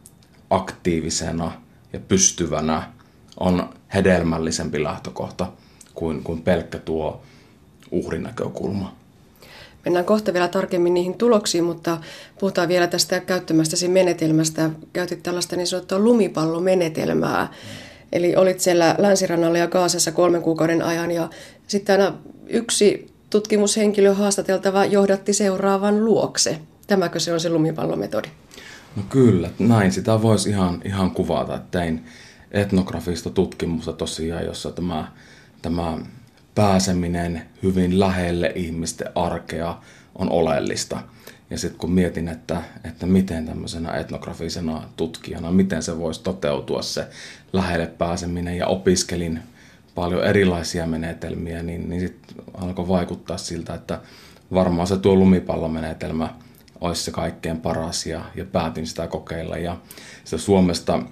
Speaker 6: aktiivisena ja pystyvänä on hedelmällisempi lähtökohta kuin pelkkä tuo uhrinäkökulma.
Speaker 4: Mennään kohta vielä tarkemmin niihin tuloksiin, mutta puhutaan vielä tästä käyttämästäsi menetelmästä. Käytit tällaista niin sanottua lumipallomenetelmää. Eli olit siellä Länsirannalla ja Gazassa 3 kuukauden ajan ja sitten aina yksi tutkimushenkilö haastateltava johdatti seuraavan luokse. Tämäkö se on se lumipallometodi?
Speaker 6: No kyllä, näin sitä voisi ihan kuvata. Tein etnografista tutkimusta tosiaan, jossa tämä pääseminen hyvin lähelle ihmisten arkea on oleellista. Ja sitten kun mietin, että miten tämmöisenä etnografisena tutkijana, miten se voisi toteutua se lähelle pääseminen ja opiskelin paljon erilaisia menetelmiä, niin sitten alkoi vaikuttaa siltä, että varmaan se tuo lumipallomenetelmä olisi se kaikkein paras ja päätin sitä kokeilla. Ja sitä Suomesta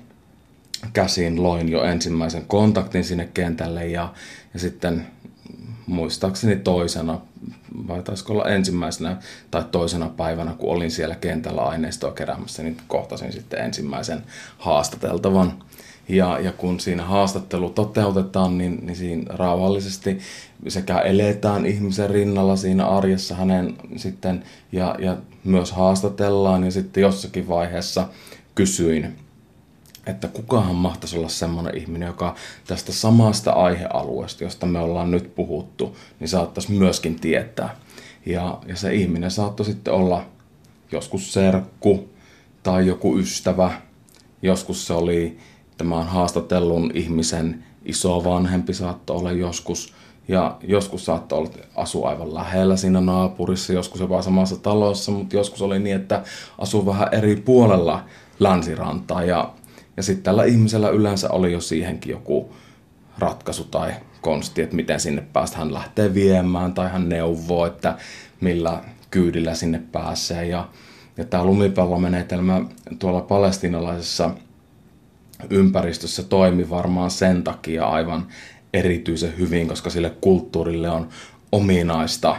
Speaker 6: käsin loin jo ensimmäisen kontaktin sinne kentälle ja sitten muistaakseni toisena, vai taisiko olla ensimmäisenä tai toisena päivänä, kun olin siellä kentällä aineistoa keräämässä, niin kohtasin sitten ensimmäisen haastateltavan. Ja kun siinä haastattelu toteutetaan, niin siinä rauhallisesti sekä eletään ihmisen rinnalla siinä arjessa hänen sitten, ja myös haastatellaan, ja sitten jossakin vaiheessa kysyin, että kukahan mahtaisi olla semmoinen ihminen, joka tästä samasta aihealueesta, josta me ollaan nyt puhuttu, niin saattaisi myöskin tietää. Ja se ihminen saattoi sitten olla joskus serkku tai joku ystävä, joskus se oli tämän haastatellun ihmisen isovanhempi saattoi olla joskus, ja joskus saattoi olla asua aivan lähellä siinä naapurissa, joskus jopa samassa talossa, mutta joskus oli niin, että asui vähän eri puolella Länsirantaa, ja sitten tällä ihmisellä yleensä oli jo siihenkin joku ratkaisu tai konsti, että miten sinne päästä hän lähtee viemään, tai hän neuvoo, että millä kyydillä sinne pääsee. Ja tämä lumipallomenetelmä tuolla palestiinalaisessa ympäristössä toimi varmaan sen takia aivan erityisen hyvin, koska sille kulttuurille on ominaista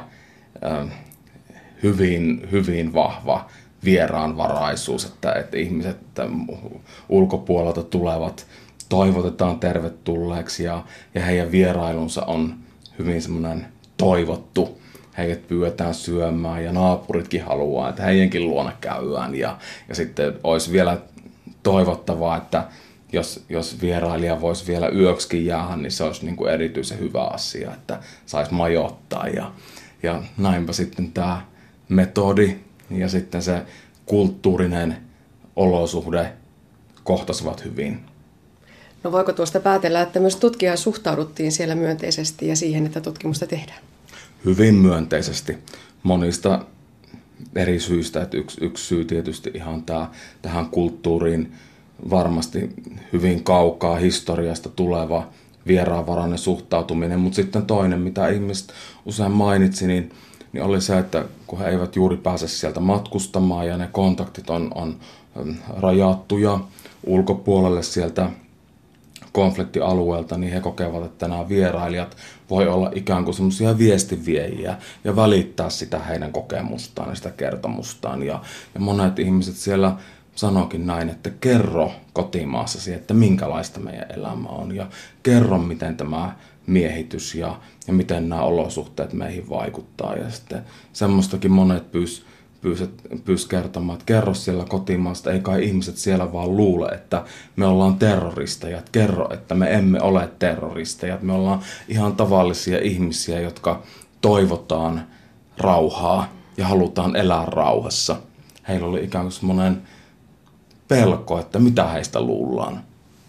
Speaker 6: hyvin vahva vieraanvaraisuus, että ihmiset ulkopuolelta tulevat toivotetaan tervetulleeksi ja heidän vierailunsa on hyvin semmoinen toivottu. Heidät pyydetään syömään ja naapuritkin haluaa, että heidänkin luona käydään. Ja sitten olisi vielä toivottavaa, että jos vierailija voisi vielä yöksikin jäädä, niin se olisi niin kuin erityisen hyvä asia, että saisi majoittaa. Ja näinpä sitten tämä metodi ja sitten se kulttuurinen olosuhde kohtasivat hyvin.
Speaker 4: No voiko tuosta päätellä, että myös tutkijaan suhtauduttiin siellä myönteisesti ja siihen, että tutkimusta tehdään?
Speaker 6: Hyvin myönteisesti. Monista eri syistä. Että yksi syy tietysti ihan tähän kulttuuriin varmasti hyvin kaukaa historiasta tuleva vieraanvarainen suhtautuminen, mutta sitten toinen, mitä ihmiset usein mainitsi, niin oli se, että kun he eivät juuri pääse sieltä matkustamaan ja ne kontaktit on rajattuja ulkopuolelle sieltä konfliktialueelta, niin he kokevat, että nämä vierailijat voi olla ikään kuin semmoisia viestinviejiä ja välittää sitä heidän kokemustaan ja sitä kertomustaan. Ja monet ihmiset siellä sanoikin näin, että kerro kotimaassasi, että minkälaista meidän elämä on ja kerro, miten tämä miehitys ja miten nämä olosuhteet meihin vaikuttaa. Ja sitten semmoistakin monet pyysi kertomaan, että kerro siellä kotimaasta, ei kai ihmiset siellä vaan luule, että me ollaan terroristeja. Kerro, että me emme ole terroristeja. Me ollaan ihan tavallisia ihmisiä, jotka toivotaan rauhaa ja halutaan elää rauhassa. Heillä oli ikään kuin semmoinen pelko, että mitä heistä luullaan.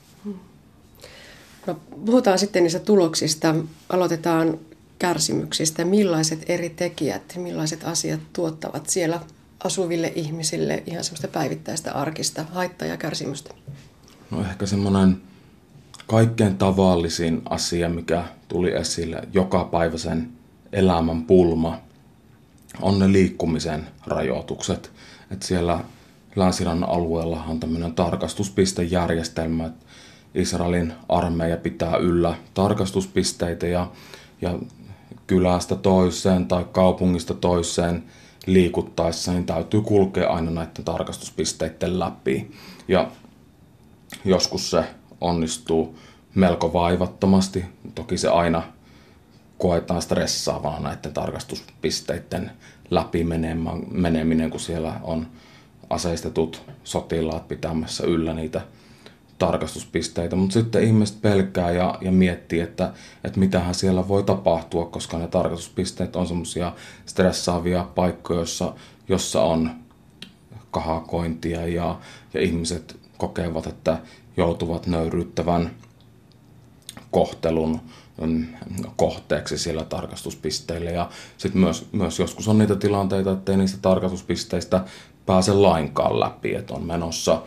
Speaker 4: No, puhutaan sitten niistä tuloksista. Aloitetaan kärsimyksistä. Millaiset eri tekijät, millaiset asiat tuottavat siellä asuville ihmisille ihan semmoista päivittäistä arkista haittaa ja kärsimystä?
Speaker 6: No ehkä semmoinen kaikkein tavallisin asia, mikä tuli esille jokapäiväisen elämän pulma, on ne liikkumisen rajoitukset. Että siellä Länsirannan alueella on tämmöinen tarkastuspistejärjestelmä, että Israelin armeija pitää yllä tarkastuspisteitä ja kylästä toiseen tai kaupungista toiseen liikuttaessa, niin täytyy kulkea aina näiden tarkastuspisteiden läpi. Ja joskus se onnistuu melko vaivattomasti. Toki se aina koetaan stressaavana näiden tarkastuspisteiden läpi meneminen, kun siellä on aseistetut sotilaat pitämässä yllä niitä tarkastuspisteitä, mutta sitten ihmiset pelkää ja miettii, että mitähän siellä voi tapahtua, koska ne tarkastuspisteet on semmoisia stressaavia paikkoja, jossa on kahakointia ja ihmiset kokevat, että joutuvat nöyryyttävän kohtelun kohteeksi siellä tarkastuspisteillä. Ja sitten myös joskus on niitä tilanteita, ettei niistä tarkastuspisteistä pääse lainkaan läpi, että on menossa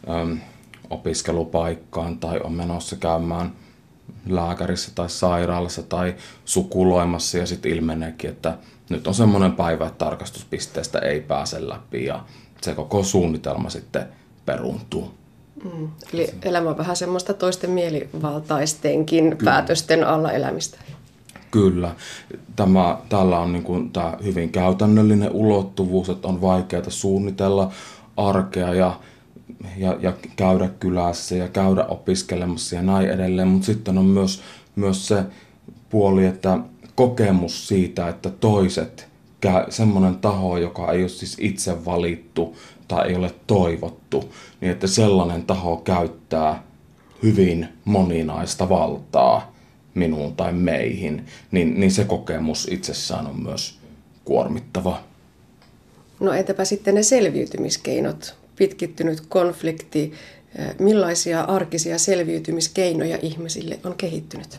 Speaker 6: opiskelupaikkaan tai on menossa käymään lääkärissä tai sairaalassa tai sukuloimassa ja sitten ilmeneekin, että nyt on semmoinen päivä, että tarkastuspisteestä ei pääse läpi ja se koko suunnitelma sitten peruuntuu.
Speaker 4: Eli elämä on vähän semmoista toisten mielivaltaistenkin päätösten alla elämistä.
Speaker 6: Kyllä. Tällä on niin kuin tämä hyvin käytännöllinen ulottuvuus, että on vaikeaa suunnitella arkea ja käydä kylässä ja käydä opiskelemassa ja näin edelleen, mutta sitten on myös se puoli, että kokemus siitä, että toiset, semmoinen taho, joka ei ole siis itse valittu tai ei ole toivottu, niin että sellainen taho käyttää hyvin moninaista valtaa minuun tai meihin, niin se kokemus itsessään on myös kuormittava.
Speaker 4: No entäpä sitten ne selviytymiskeinot? Pitkittynyt konflikti, millaisia arkisia selviytymiskeinoja ihmisille on kehittynyt?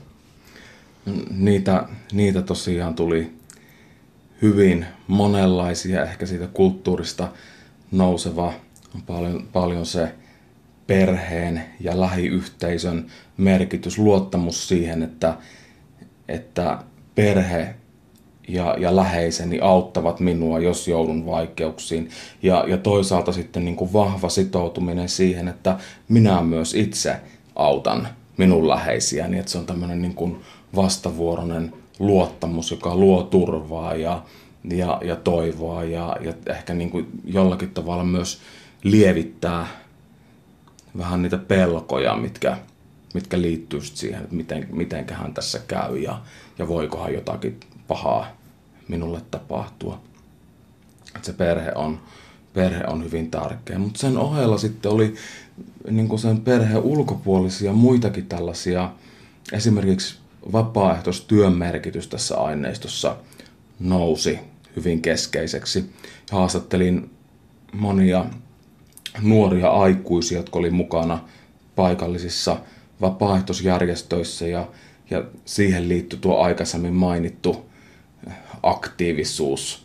Speaker 6: Niitä tosiaan tuli hyvin monenlaisia, ehkä siitä kulttuurista nouseva paljon se perheen ja lähiyhteisön merkitys, luottamus siihen, että perhe ja läheiseni auttavat minua, jos joudun vaikeuksiin. Ja toisaalta sitten niin kuin vahva sitoutuminen siihen, että minä myös itse autan minun läheisiäni. Että se on tämmöinen niin kuin vastavuoroinen luottamus, joka luo turvaa ja toivoa ja ehkä niin kuin jollakin tavalla myös lievittää vähän niitä pelkoja, mitkä liittyy siihen, että mitenköhän tässä käy ja voikohan jotakin pahaa minulle tapahtua. Että se perhe on hyvin tärkeä, mutta sen ohella sitten oli niin kuin sen perheen ulkopuolisia muitakin tällaisia, esimerkiksi vapaaehtoistyön merkitys tässä aineistossa nousi hyvin keskeiseksi. Haastattelin monia nuoria aikuisia, jotka oli mukana paikallisissa vapaaehtoisjärjestöissä ja siihen liittyi tuo aikaisemmin mainittu aktiivisuus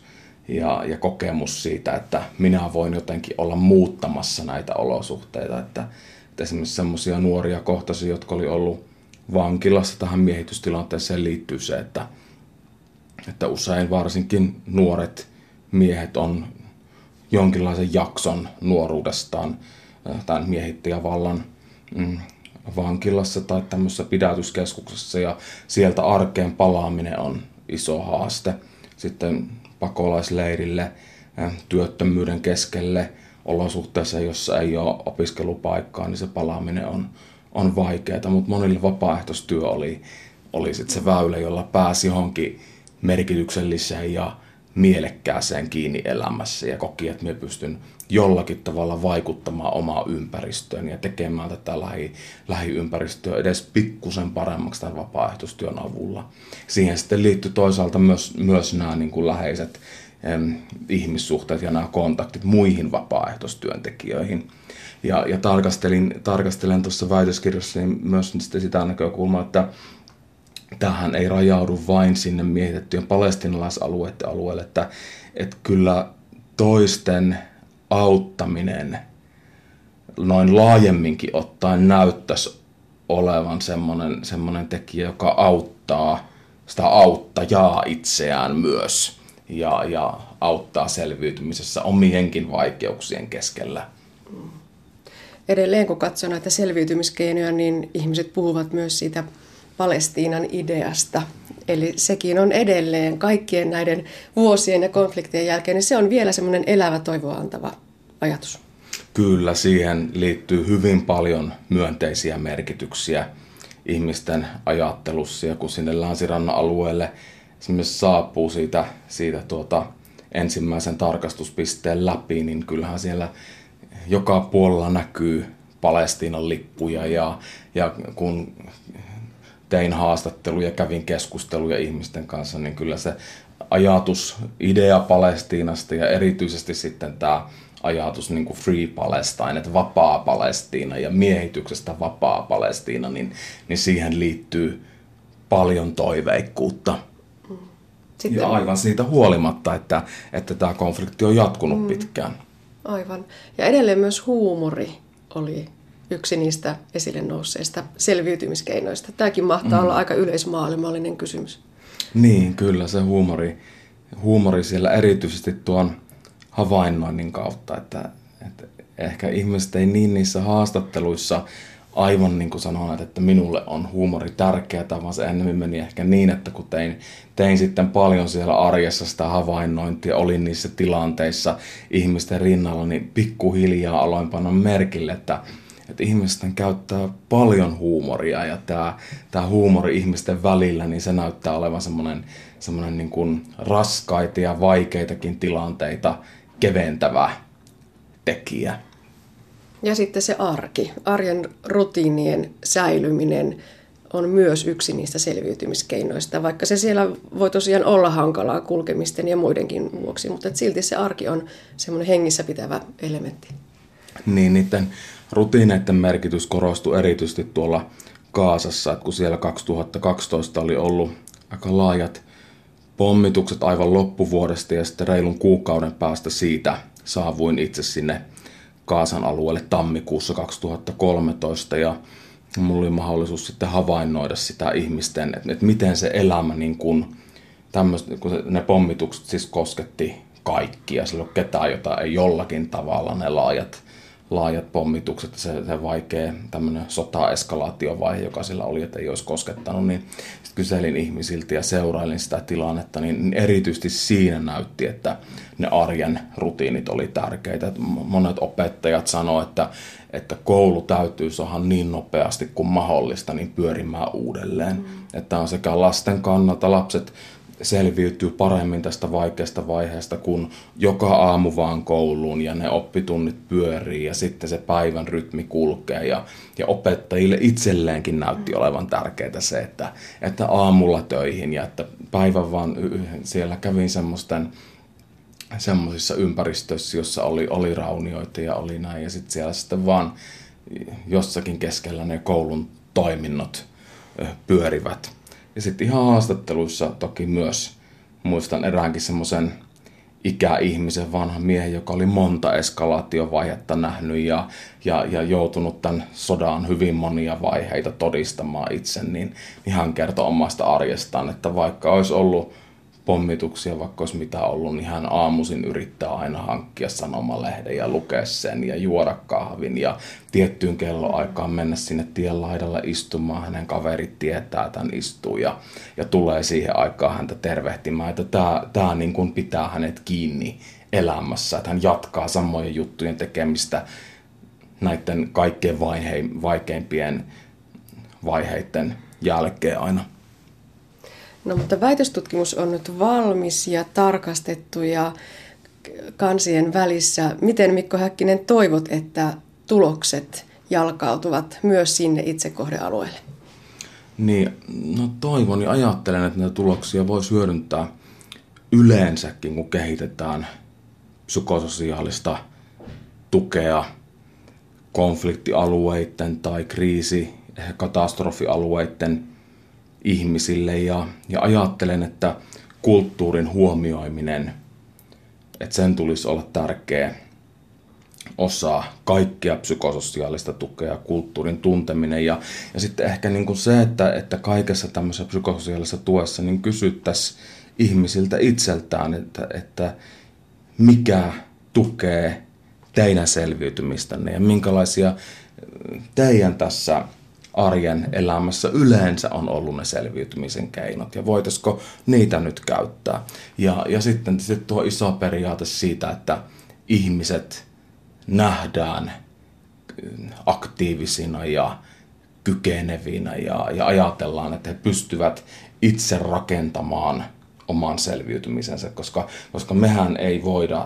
Speaker 6: ja kokemus siitä, että minä voin jotenkin olla muuttamassa näitä olosuhteita. Että esimerkiksi semmoisia nuoria kohtaisia, jotka oli ollut vankilassa tähän miehitystilanteeseen liittyy se, että usein varsinkin nuoret miehet on jonkinlaisen jakson nuoruudestaan tämän miehittäjävallan vankilassa tai tämmöisessä pidätyskeskuksessa ja sieltä arkeen palaaminen on iso haaste. Sitten pakolaisleirille, työttömyyden keskelle, olosuhteessa, jossa ei ole opiskelupaikkaa, niin se palaaminen on vaikeaa, mutta monille vapaaehtoistyö oli sit se väylä, jolla pääsi johonkin merkitykselliseen ja mielekkääseen kiinni elämässä ja koki, että minä pystyn jollakin tavalla vaikuttamaan omaan ympäristöön ja tekemään tätä lähiympäristöä edes pikkusen paremmaksi tämän vapaaehtoistyön avulla. Siihen sitten liittyi toisaalta myös nämä niin kuin läheiset ihmissuhteet ja nämä kontaktit muihin vapaaehtoistyöntekijöihin. Ja tarkastelen tuossa väitöskirjassa myös sitä näkökulmaa, että tämähän ei rajaudu vain sinne miehitettyjen palestiinalaisalueiden alueelle, että kyllä toisten auttaminen noin laajemminkin ottaen näyttäisi olevan semmoinen tekijä, joka auttaa sitä auttajaa itseään myös ja auttaa selviytymisessä omienkin vaikeuksien keskellä.
Speaker 4: Edelleen kun katsoo näitä selviytymiskeinoja, niin ihmiset puhuvat myös siitä Palestiinan ideasta. Eli sekin on edelleen kaikkien näiden vuosien ja konfliktien jälkeen, niin se on vielä semmoinen elävä toivoa antava ajatus.
Speaker 6: Kyllä, siihen liittyy hyvin paljon myönteisiä merkityksiä ihmisten ajattelussa. Ja kun sinne Länsirannan alueelle esimerkiksi saapuu siitä ensimmäisen tarkastuspisteen läpi, niin kyllähän siellä joka puolella näkyy Palestiinan lippuja ja kun tein haastatteluja, kävin keskusteluja ihmisten kanssa, niin kyllä se ajatus, idea Palestiinasta ja erityisesti sitten tämä ajatus niin kuin Free Palestine, että vapaa Palestiina ja miehityksestä vapaa Palestiina, niin siihen liittyy paljon toiveikkuutta. Sitten, ja aivan siitä huolimatta, että tämä konflikti on jatkunut pitkään.
Speaker 4: Aivan. Ja edelleen myös huumori oli yksi niistä esille nousseista selviytymiskeinoista. Tämäkin mahtaa olla aika yleismaailmallinen kysymys.
Speaker 6: Niin, kyllä se huumori siellä erityisesti tuon havainnoinnin kautta, että ehkä ihmiset ei niin niissä haastatteluissa aivan niin kuin sanoin, että minulle on huumori tärkeää, vaan se ennemmin meni ehkä niin, että kun tein sitten paljon siellä arjessa sitä havainnointia, olin niissä tilanteissa ihmisten rinnalla, niin pikkuhiljaa aloin panna merkille, että ihmisten käyttää paljon huumoria ja tämä huumori ihmisten välillä, niin se näyttää olevan semmoinen niin kuin raskaita ja vaikeitakin tilanteita keventävä tekijä.
Speaker 4: Ja sitten se arjen rutiinien säilyminen on myös yksi niistä selviytymiskeinoista, vaikka se siellä voi tosiaan olla hankalaa kulkemisten ja muidenkin vuoksi, mutta silti se arki on semmoinen hengissä pitävä elementti.
Speaker 6: Niin, niiden rutiineiden merkitys korostui erityisesti tuolla Gazassa, että kun siellä 2012 oli ollut aika laajat pommitukset aivan loppuvuodesta ja sitten reilun kuukauden päästä siitä saavuin itse sinne Gazan alueelle tammikuussa 2013 ja mulla oli mahdollisuus sitten havainnoida sitä ihmisten, että miten se elämä, niin kun ne pommitukset siis kosketti kaikkia, sillä on ketään, jota ei jollakin tavalla ne laajat pommitukset, se vaikea tämmöinen sotaeskalaatiovaihe, joka sillä oli, että ei olisi koskettanut, niin sitten kyselin ihmisiltä ja seurailin sitä tilannetta, niin erityisesti siinä näytti, että ne arjen rutiinit oli tärkeitä. Monet opettajat sanoivat, että koulu täytyy saada niin nopeasti kuin mahdollista niin pyörimään uudelleen. Että on sekä lasten kannalta, lapset selviytyy paremmin tästä vaikeasta vaiheesta, kun joka aamu vaan kouluun ja ne oppitunnit pyörii ja sitten se päivän rytmi kulkee. Ja opettajille itselleenkin näytti olevan tärkeää se, että aamulla töihin ja että päivän vaan siellä kävin semmoisissa ympäristöissä, jossa oli raunioita ja oli näin. Ja sitten siellä sitten vaan jossakin keskellä ne koulun toiminnot pyörivät. Ja sitten ihan haastatteluissa toki myös muistan eräänkin semmoisen ikäihmisen, vanhan miehen, joka oli monta eskalaatiovaihetta nähnyt ja joutunut tämän sodan hyvin monia vaiheita todistamaan itse, niin hän kertoi omasta arjestaan, että vaikka olisi ollut pommituksia, vaikka olisi mitä ollut, niin hän aamuisin yrittää aina hankkia sanomalehden ja lukea sen ja juoda kahvin ja tiettyyn kelloaikaan mennä sinne tien laidalle istumaan. Hänen kaverit tietää, että hän istuu ja tulee siihen aikaan häntä tervehtimään, että tämä niin kuin pitää hänet kiinni elämässä, että hän jatkaa samojen juttujen tekemistä näiden kaikkein vaikeimpien vaiheiden jälkeen aina.
Speaker 4: No mutta väitöstutkimus on nyt valmis ja tarkastettu ja kansien välissä. Miten, Mikko Häkkinen, toivot, että tulokset jalkautuvat myös sinne itsekohdealueelle?
Speaker 6: Niin, no toivon ja ajattelen, että näitä tuloksia voisi hyödyntää yleensäkin, kun kehitetään psykososiaalista tukea konfliktialueiden tai katastrofialueiden ihmisille ja ajattelen, että kulttuurin huomioiminen, että sen tulisi olla tärkeä osa kaikkea psykososiaalista tukea, kulttuurin tunteminen ja sitten ehkä niin kuin se, että kaikessa tämmöisessä psykososiaalisessa tuessa niin kysyttäisiin ihmisiltä itseltään, että mikä tukee teidän selviytymistänne ja minkälaisia teidän tässä arjen elämässä yleensä on ollut ne selviytymisen keinot ja voitaisiko niitä nyt käyttää. Ja sitten tuo iso periaate siitä, että ihmiset nähdään aktiivisina ja kykenevinä ja ajatellaan, että he pystyvät itse rakentamaan oman selviytymisensä, koska mehän ei voida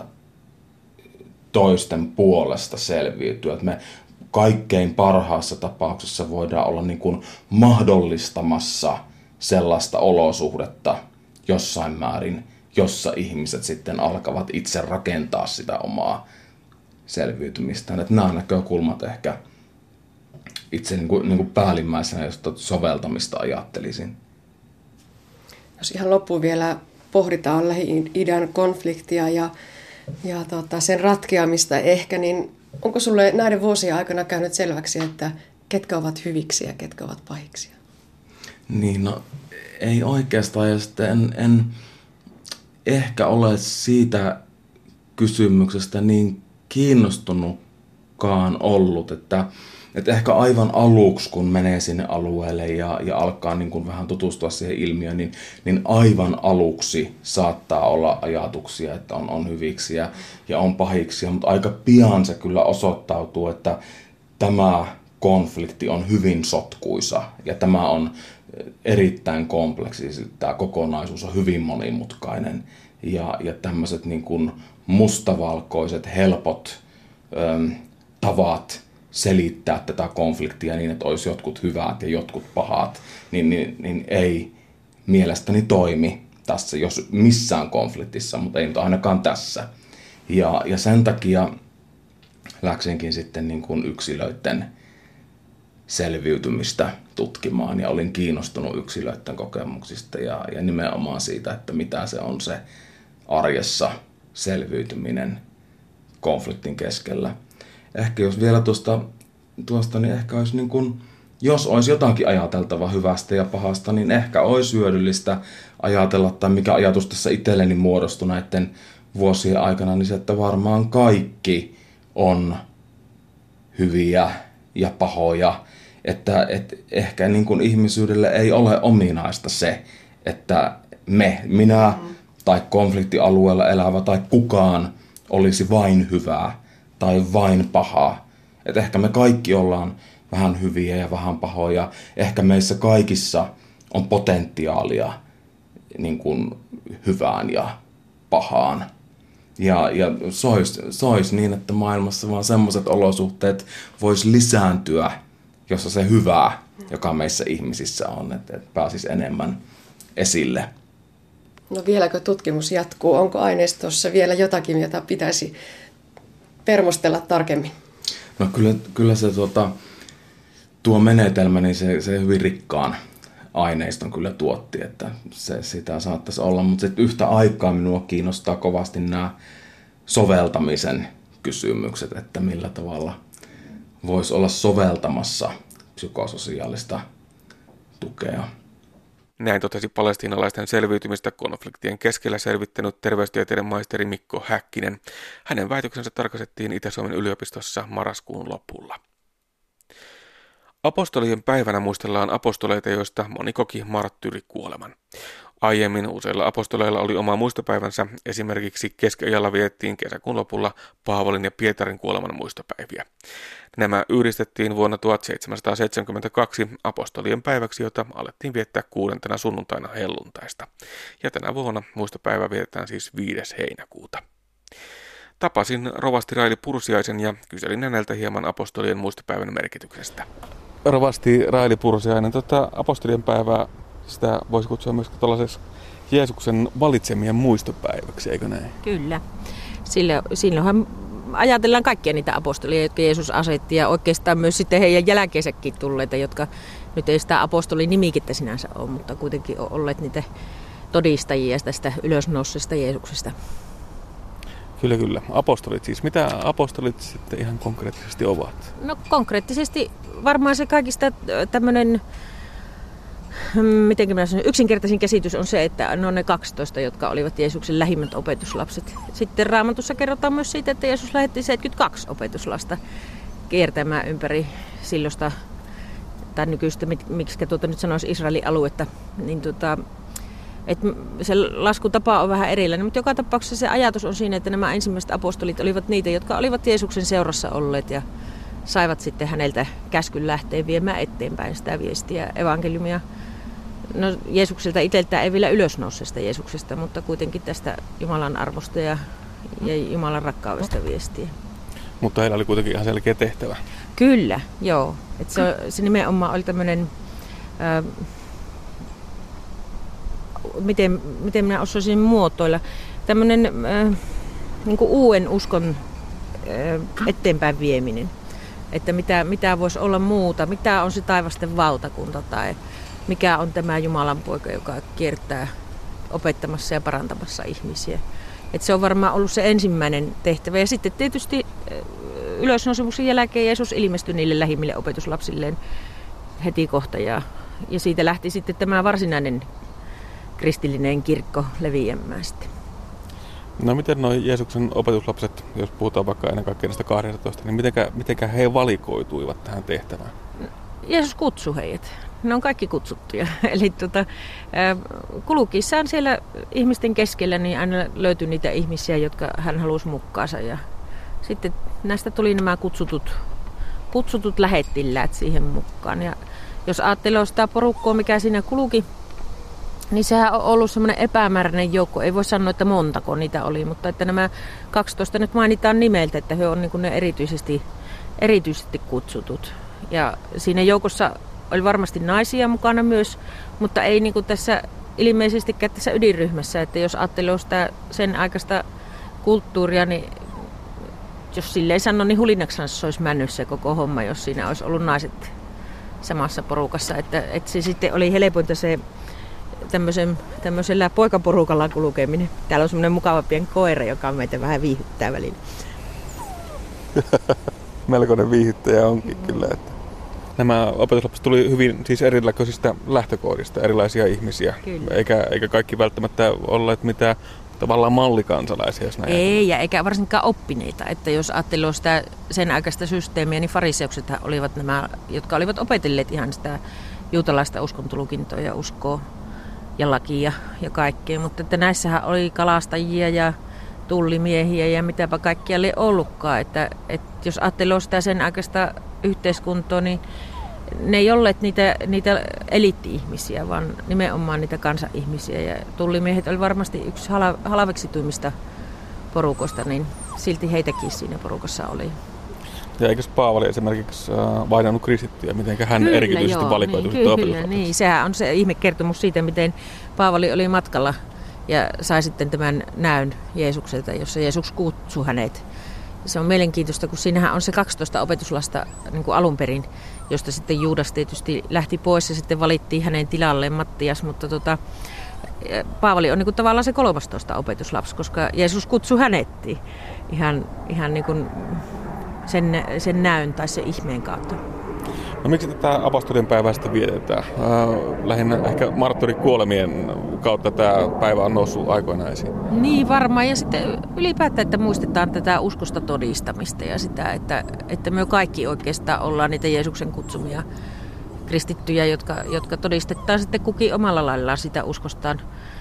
Speaker 6: toisten puolesta selviytyä. Että me kaikkein parhaassa tapauksessa voidaan olla niin kuin mahdollistamassa sellaista olosuhdetta jossain määrin, jossa ihmiset sitten alkavat itse rakentaa sitä omaa selviytymistään. Että nämä näkökulmat ehkä itse niin kuin päällimmäisenä, jos soveltamista ajattelisin.
Speaker 4: Jos ihan loppuun vielä pohditaan Lähi-idän konfliktia ja sen ratkeamista ehkä, niin onko sulle näiden vuosien aikana käynyt selväksi, että ketkä ovat hyviksi ja ketkä ovat pahiksi? Niin,
Speaker 6: no ei oikeastaan. Ja sitten en ehkä ole siitä kysymyksestä niin kiinnostunutkaan ollut, että ehkä aivan aluksi, kun menee sinne alueelle ja alkaa niin kuin vähän tutustua siihen ilmiöön, niin aivan aluksi saattaa olla ajatuksia, että on hyviksi ja on pahiksi, mutta aika pian se kyllä osoittautuu, että tämä konflikti on hyvin sotkuisa ja tämä on erittäin kompleksista, tämä kokonaisuus on hyvin monimutkainen ja tämmöiset niin kuin mustavalkoiset, helpot tavat selittää tätä konfliktia niin, että olisi jotkut hyvät ja jotkut pahat, niin ei mielestäni toimi tässä, jos missään konfliktissa, mutta ei nyt ainakaan tässä. Ja sen takia läksinkin sitten niin kuin yksilöiden selviytymistä tutkimaan ja olin kiinnostunut yksilöiden kokemuksista ja nimenomaan siitä, että mitä se on se arjessa selviytyminen konfliktin keskellä. Ehkä jos vielä tuosta niin ehkä olisi niin kuin, jos olisi jotakin ajateltava hyvästä ja pahasta, niin ehkä olisi hyödyllistä ajatella, tai mikä ajatus tässä itselleni muodostui näiden vuosien aikana, niin se, että varmaan kaikki on hyviä ja pahoja, että ehkä niin kuin ihmisyydelle ei ole ominaista se, että minä tai konfliktialueella elävä tai kukaan olisi vain hyvää tai vain pahaa. Että ehkä me kaikki ollaan vähän hyviä ja vähän pahoja. Ehkä meissä kaikissa on potentiaalia niin kuin hyvään ja pahaan. Ja se olisi niin, että maailmassa vaan semmoiset olosuhteet vois lisääntyä, jossa se hyvä, joka meissä ihmisissä on, että pääsisi enemmän esille.
Speaker 4: No vieläkö tutkimus jatkuu? Onko aineistossa vielä jotakin, jota pitäisi permostella tarkemmin?
Speaker 6: No kyllä se tuo menetelmä, niin se hyvin rikkaan aineiston kyllä tuotti, että sitä saattaisi olla. Mutta yhtä aikaa minua kiinnostaa kovasti nämä soveltamisen kysymykset, että millä tavalla voisi olla soveltamassa psykososiaalista tukea.
Speaker 2: Näin totesi palestiinalaisten selviytymistä konfliktien keskellä selvittänyt terveystieteiden maisteri Mikko Häkkinen. Hänen väitöksensä tarkastettiin Itä-Suomen yliopistossa marraskuun lopulla. Apostolien päivänä muistellaan apostoleita, joista moni koki marttyyrikuoleman. Aiemmin useilla apostoleilla oli oma muistopäivänsä, esimerkiksi keskiajalla vietettiin kesäkuun lopulla Paavolin ja Pietarin kuoleman muistopäiviä. Nämä yhdistettiin vuonna 1772 apostolien päiväksi, jota alettiin viettää 6. sunnuntaina helluntaista. Ja tänä vuonna muistopäivä vietetään siis 5. heinäkuuta. Tapasin rovasti Raili Pursiaisen ja kyselin häneltä hieman apostolien muistopäivän merkityksestä. Rovasti Raili Pursiainen, apostolien päivää, sitä voisi kutsua myös tuollaiseksi Jeesuksen valitsemien muistopäiväksi, eikö näin?
Speaker 7: Kyllä. Silloinhan ajatellaan kaikkia niitä apostolia, jotka Jeesus asetti, ja oikeastaan myös sitten heidän jälkeensäkin tulleita, jotka nyt ei sitä apostolin nimikettä sinänsä ole, mutta kuitenkin on olleet niitä todistajia tästä ylösnoussesta Jeesuksesta.
Speaker 2: Kyllä. Apostolit siis. Mitä apostolit sitten ihan konkreettisesti ovat?
Speaker 7: No konkreettisesti varmaan se kaikista tämmöinen, yksinkertaisin käsitys on se, että ne on ne 12, jotka olivat Jeesuksen lähimmät opetuslapset. Sitten Raamatussa kerrotaan myös siitä, että Jeesus lähetti 72 opetuslasta kiertämään ympäri silloista, tai nykyistä, miksi nyt sanoisi Israelin aluetta, niin että se laskutapa on vähän erilainen, mutta joka tapauksessa se ajatus on siinä, että nämä ensimmäiset apostolit olivat niitä, jotka olivat Jeesuksen seurassa olleet ja saivat sitten häneltä käskyn lähteä viemään eteenpäin sitä viestiä, evankeliumia. No Jeesukselta itseltään ei vielä ylösnousseesta Jeesuksesta, mutta kuitenkin tästä Jumalan arvosta ja Jumalan rakkaudesta viestiä.
Speaker 2: Mutta heillä oli kuitenkin ihan selkeä tehtävä.
Speaker 7: Kyllä, joo. Että se nimenomaan oli tämmöinen, miten minä osaisin muotoilla, tämmöinen niin kuin uuden uskon eteenpäin vieminen. Että mitä voisi olla muuta, mitä on se taivasten valtakunta tai mikä on tämä Jumalan poika, joka kiertää opettamassa ja parantamassa ihmisiä. Että se on varmaan ollut se ensimmäinen tehtävä. Ja sitten tietysti ylösnousemuksen jälkeen Jeesus ilmestyi niille lähimmille opetuslapsilleen heti kohta. Ja siitä lähti sitten tämä varsinainen kristillinen kirkko leviämään sitten.
Speaker 2: No miten nuo Jeesuksen opetuslapset, jos puhutaan vaikka ennen kaikkea näistä 12, niin mitenkä he valikoituivat tähän tehtävään?
Speaker 7: Jeesus kutsui heidät. Ne on kaikki kutsuttuja. Eli kulkiessaan siellä ihmisten keskellä, niin aina löytyi niitä ihmisiä, jotka hän halusi mukaansa. Ja sitten näistä tuli nämä kutsutut lähettiläät siihen mukaan. Ja jos ajattelee sitä porukkoa, mikä siinä kulki, niin sehän on ollut semmoinen epämääräinen joukko. Ei voi sanoa, että montako niitä oli, mutta että nämä 12 nyt mainitaan nimeltä, että he on niin kuin ne erityisesti kutsutut. Ja siinä joukossa oli varmasti naisia mukana myös, mutta ei niin kuin tässä ilmeisestikään tässä ydinryhmässä, että jos ajattelee sitä sen aikaista kulttuuria, niin jos silleen sano, niin hulinaksansa se olisi mennyt se koko homma, jos siinä olisi ollut naiset samassa porukassa. Että se sitten oli helpointa se tämmöisellä poikaporukalla kulkeminen. Täällä on semmoinen mukava pieni koira, joka meitä vähän viihyttää välillä.
Speaker 2: Melkoinen viihyttäjä onkin kyllä. Että nämä opetuslapset tuli hyvin siis erilaisista lähtökohdista, erilaisia ihmisiä. Eikä kaikki välttämättä olleet mitään tavallaan mallikansalaisia. Jos näin
Speaker 7: ei, ja eikä varsinkaan oppineita. Että jos ajattelee sitä sen aikaista systeemiä, niin fariseukset olivat nämä, jotka olivat opetelleet ihan sitä juutalaista uskontulukintoa ja uskoa ja lakia ja kaikkea. Mutta että näissähän oli kalastajia ja tullimiehiä ja mitäpä kaikkia oli ollutkaan. Että jos ajattelee sitä sen aikaista yhteiskuntaa, niin ne ei olleet niitä eliitti-ihmisiä, vaan nimenomaan niitä kansa-ihmisiä. Ja tullimiehet oli varmasti yksi halveksituimmista porukoista, niin silti heitäkin siinä porukassa oli.
Speaker 2: Ja eikös Paavali esimerkiksi vainannut kristittyjä, miten hän erityisesti valikoitui opetuslapseksi?
Speaker 7: Niin, sehän on se ihmekertomus siitä, miten Paavali oli matkalla ja sai sitten tämän näyn Jeesukselta, jossa Jeesus kutsui hänet se on mielenkiintoista, kun siinähän on se 12 opetuslasta niin kuin alun perin, josta sitten Juudas tietysti lähti pois ja sitten valittiin hänen tilalleen Mattias, mutta Paavali on niin kuin tavallaan se 13 opetuslapsi, koska Jeesus kutsui hänettiin ihan niin kuin sen näyn tai sen ihmeen kautta.
Speaker 2: No miksi tätä apostolien päivää sitten vietetään? Lähinnä ehkä marttyyrikuolemien kautta tämä päivä on noussut aikoinaan esiin.
Speaker 7: Niin varmaan, ja sitten ylipäätään, että muistetaan tätä uskosta todistamista ja sitä, että me kaikki oikeastaan ollaan niitä Jeesuksen kutsumia kristittyjä, jotka todistetaan sitten kukin omalla laillaan sitä uskostaan.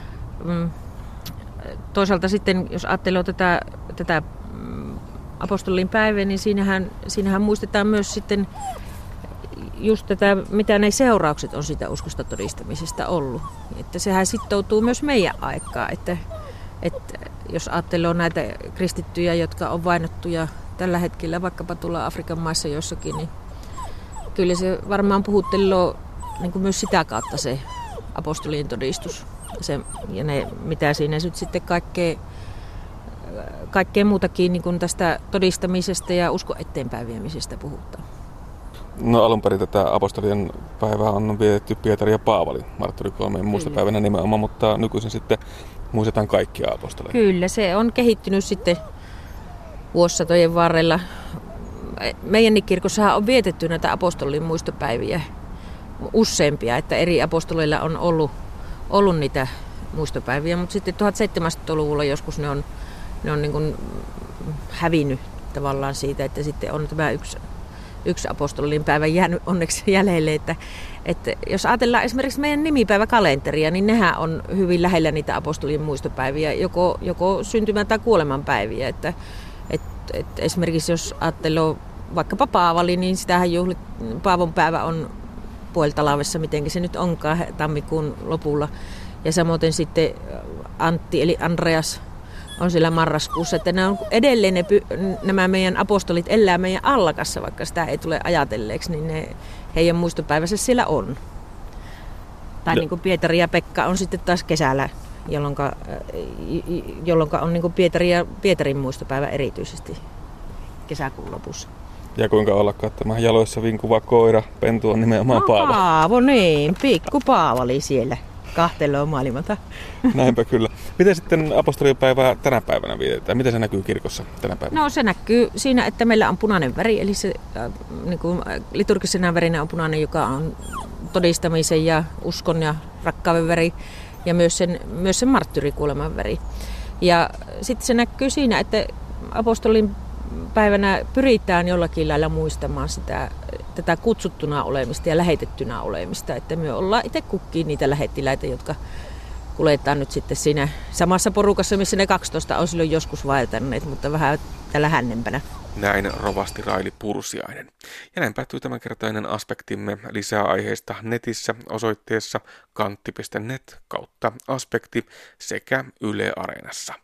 Speaker 7: Toisaalta sitten, jos ajattelee tätä apostolien päivää, niin siinähän muistetaan myös sitten just tätä, mitä ne seuraukset on siitä uskosta todistamisesta ollut. Että sehän sitoutuu myös meidän aikaa, että jos ajattelee näitä kristittyjä, jotka on vainottuja tällä hetkellä vaikkapa tuolla Afrikan maissa jossakin, niin kyllä se varmaan puhuttelee niin kuin myös sitä kautta se apostolien todistus ja ne, mitä siinä nyt sitten kaikkea muutakin niin kuin tästä todistamisesta ja uskon eteenpäin viemisestä puhutaan.
Speaker 2: No alun perin tätä apostolien päivää on vietetty Pietari ja Paavali marttyyrikuolemien muistopäivänä nimenomaan, mutta nykyisin sitten muistetaan kaikkia apostoleja.
Speaker 7: Kyllä, se on kehittynyt sitten vuosisatojen varrella. Meidänkin kirkossahan on vietetty näitä apostolien muistopäiviä useampia, että eri apostoleilla on ollut niitä muistopäiviä, mutta sitten 1700-luvulla joskus ne on niin kuin hävinnyt tavallaan siitä, että sitten on tämä yksi apostolien päivä jäänyt onneksi jäljelle, että jos ajatellaan esimerkiksi meidän nimipäiväkalenteria, niin nehän on hyvin lähellä niitä apostolien muistopäiviä, joko syntymän tai kuolemanpäiviä, että esimerkiksi jos ajattelee vaikkapa Paavali, niin sitähän Paavon päivä on puolitalvessa, miten se nyt onkaan, tammikuun lopulla, ja samoin sitten Antti eli Andreas on siellä marraskuussa, että ne on edelleen nämä meidän apostolit elää meidän allakassa, vaikka sitä ei tule ajatelleeksi, niin heidän muistopäivänsä siellä on. Tai niin kuin Pietari ja Pekka on sitten taas kesällä, jolloin on niin kuin Pietarin muistopäivä erityisesti kesäkuun lopussa.
Speaker 2: Ja kuinka ollakaan tämä jaloissa vinkuva koira, pentu on nimenomaan Paavali.
Speaker 7: Paavo, niin, pikku Paavali siellä. Kahteloo maailmalta.
Speaker 2: Näinpä kyllä. Miten sitten apostolien päivää tänä päivänä vietetään? Miten se näkyy kirkossa tänä päivänä?
Speaker 7: No se näkyy siinä, että meillä on punainen väri, eli se niin kuin liturgisena värinä on punainen, joka on todistamisen ja uskon ja rakkauden väri ja myös sen marttyyrikuoleman väri. Ja sitten se näkyy siinä, että apostolin päivänä pyritään jollakin lailla muistamaan tätä kutsuttuna olemista ja lähetettynä olemista, että me ollaan itse kukkiin niitä lähettiläitä, jotka kuljetaan nyt sitten siinä samassa porukassa, missä ne 12 on silloin joskus vaeltaneet, mutta vähän tällä hännempänä.
Speaker 2: Näin rovasti Raili Pursiainen. Ja näin päättyy tämänkertainen aspektimme. Lisää aiheista netissä osoitteessa kantti.net/aspekti sekä Yle Areenassa.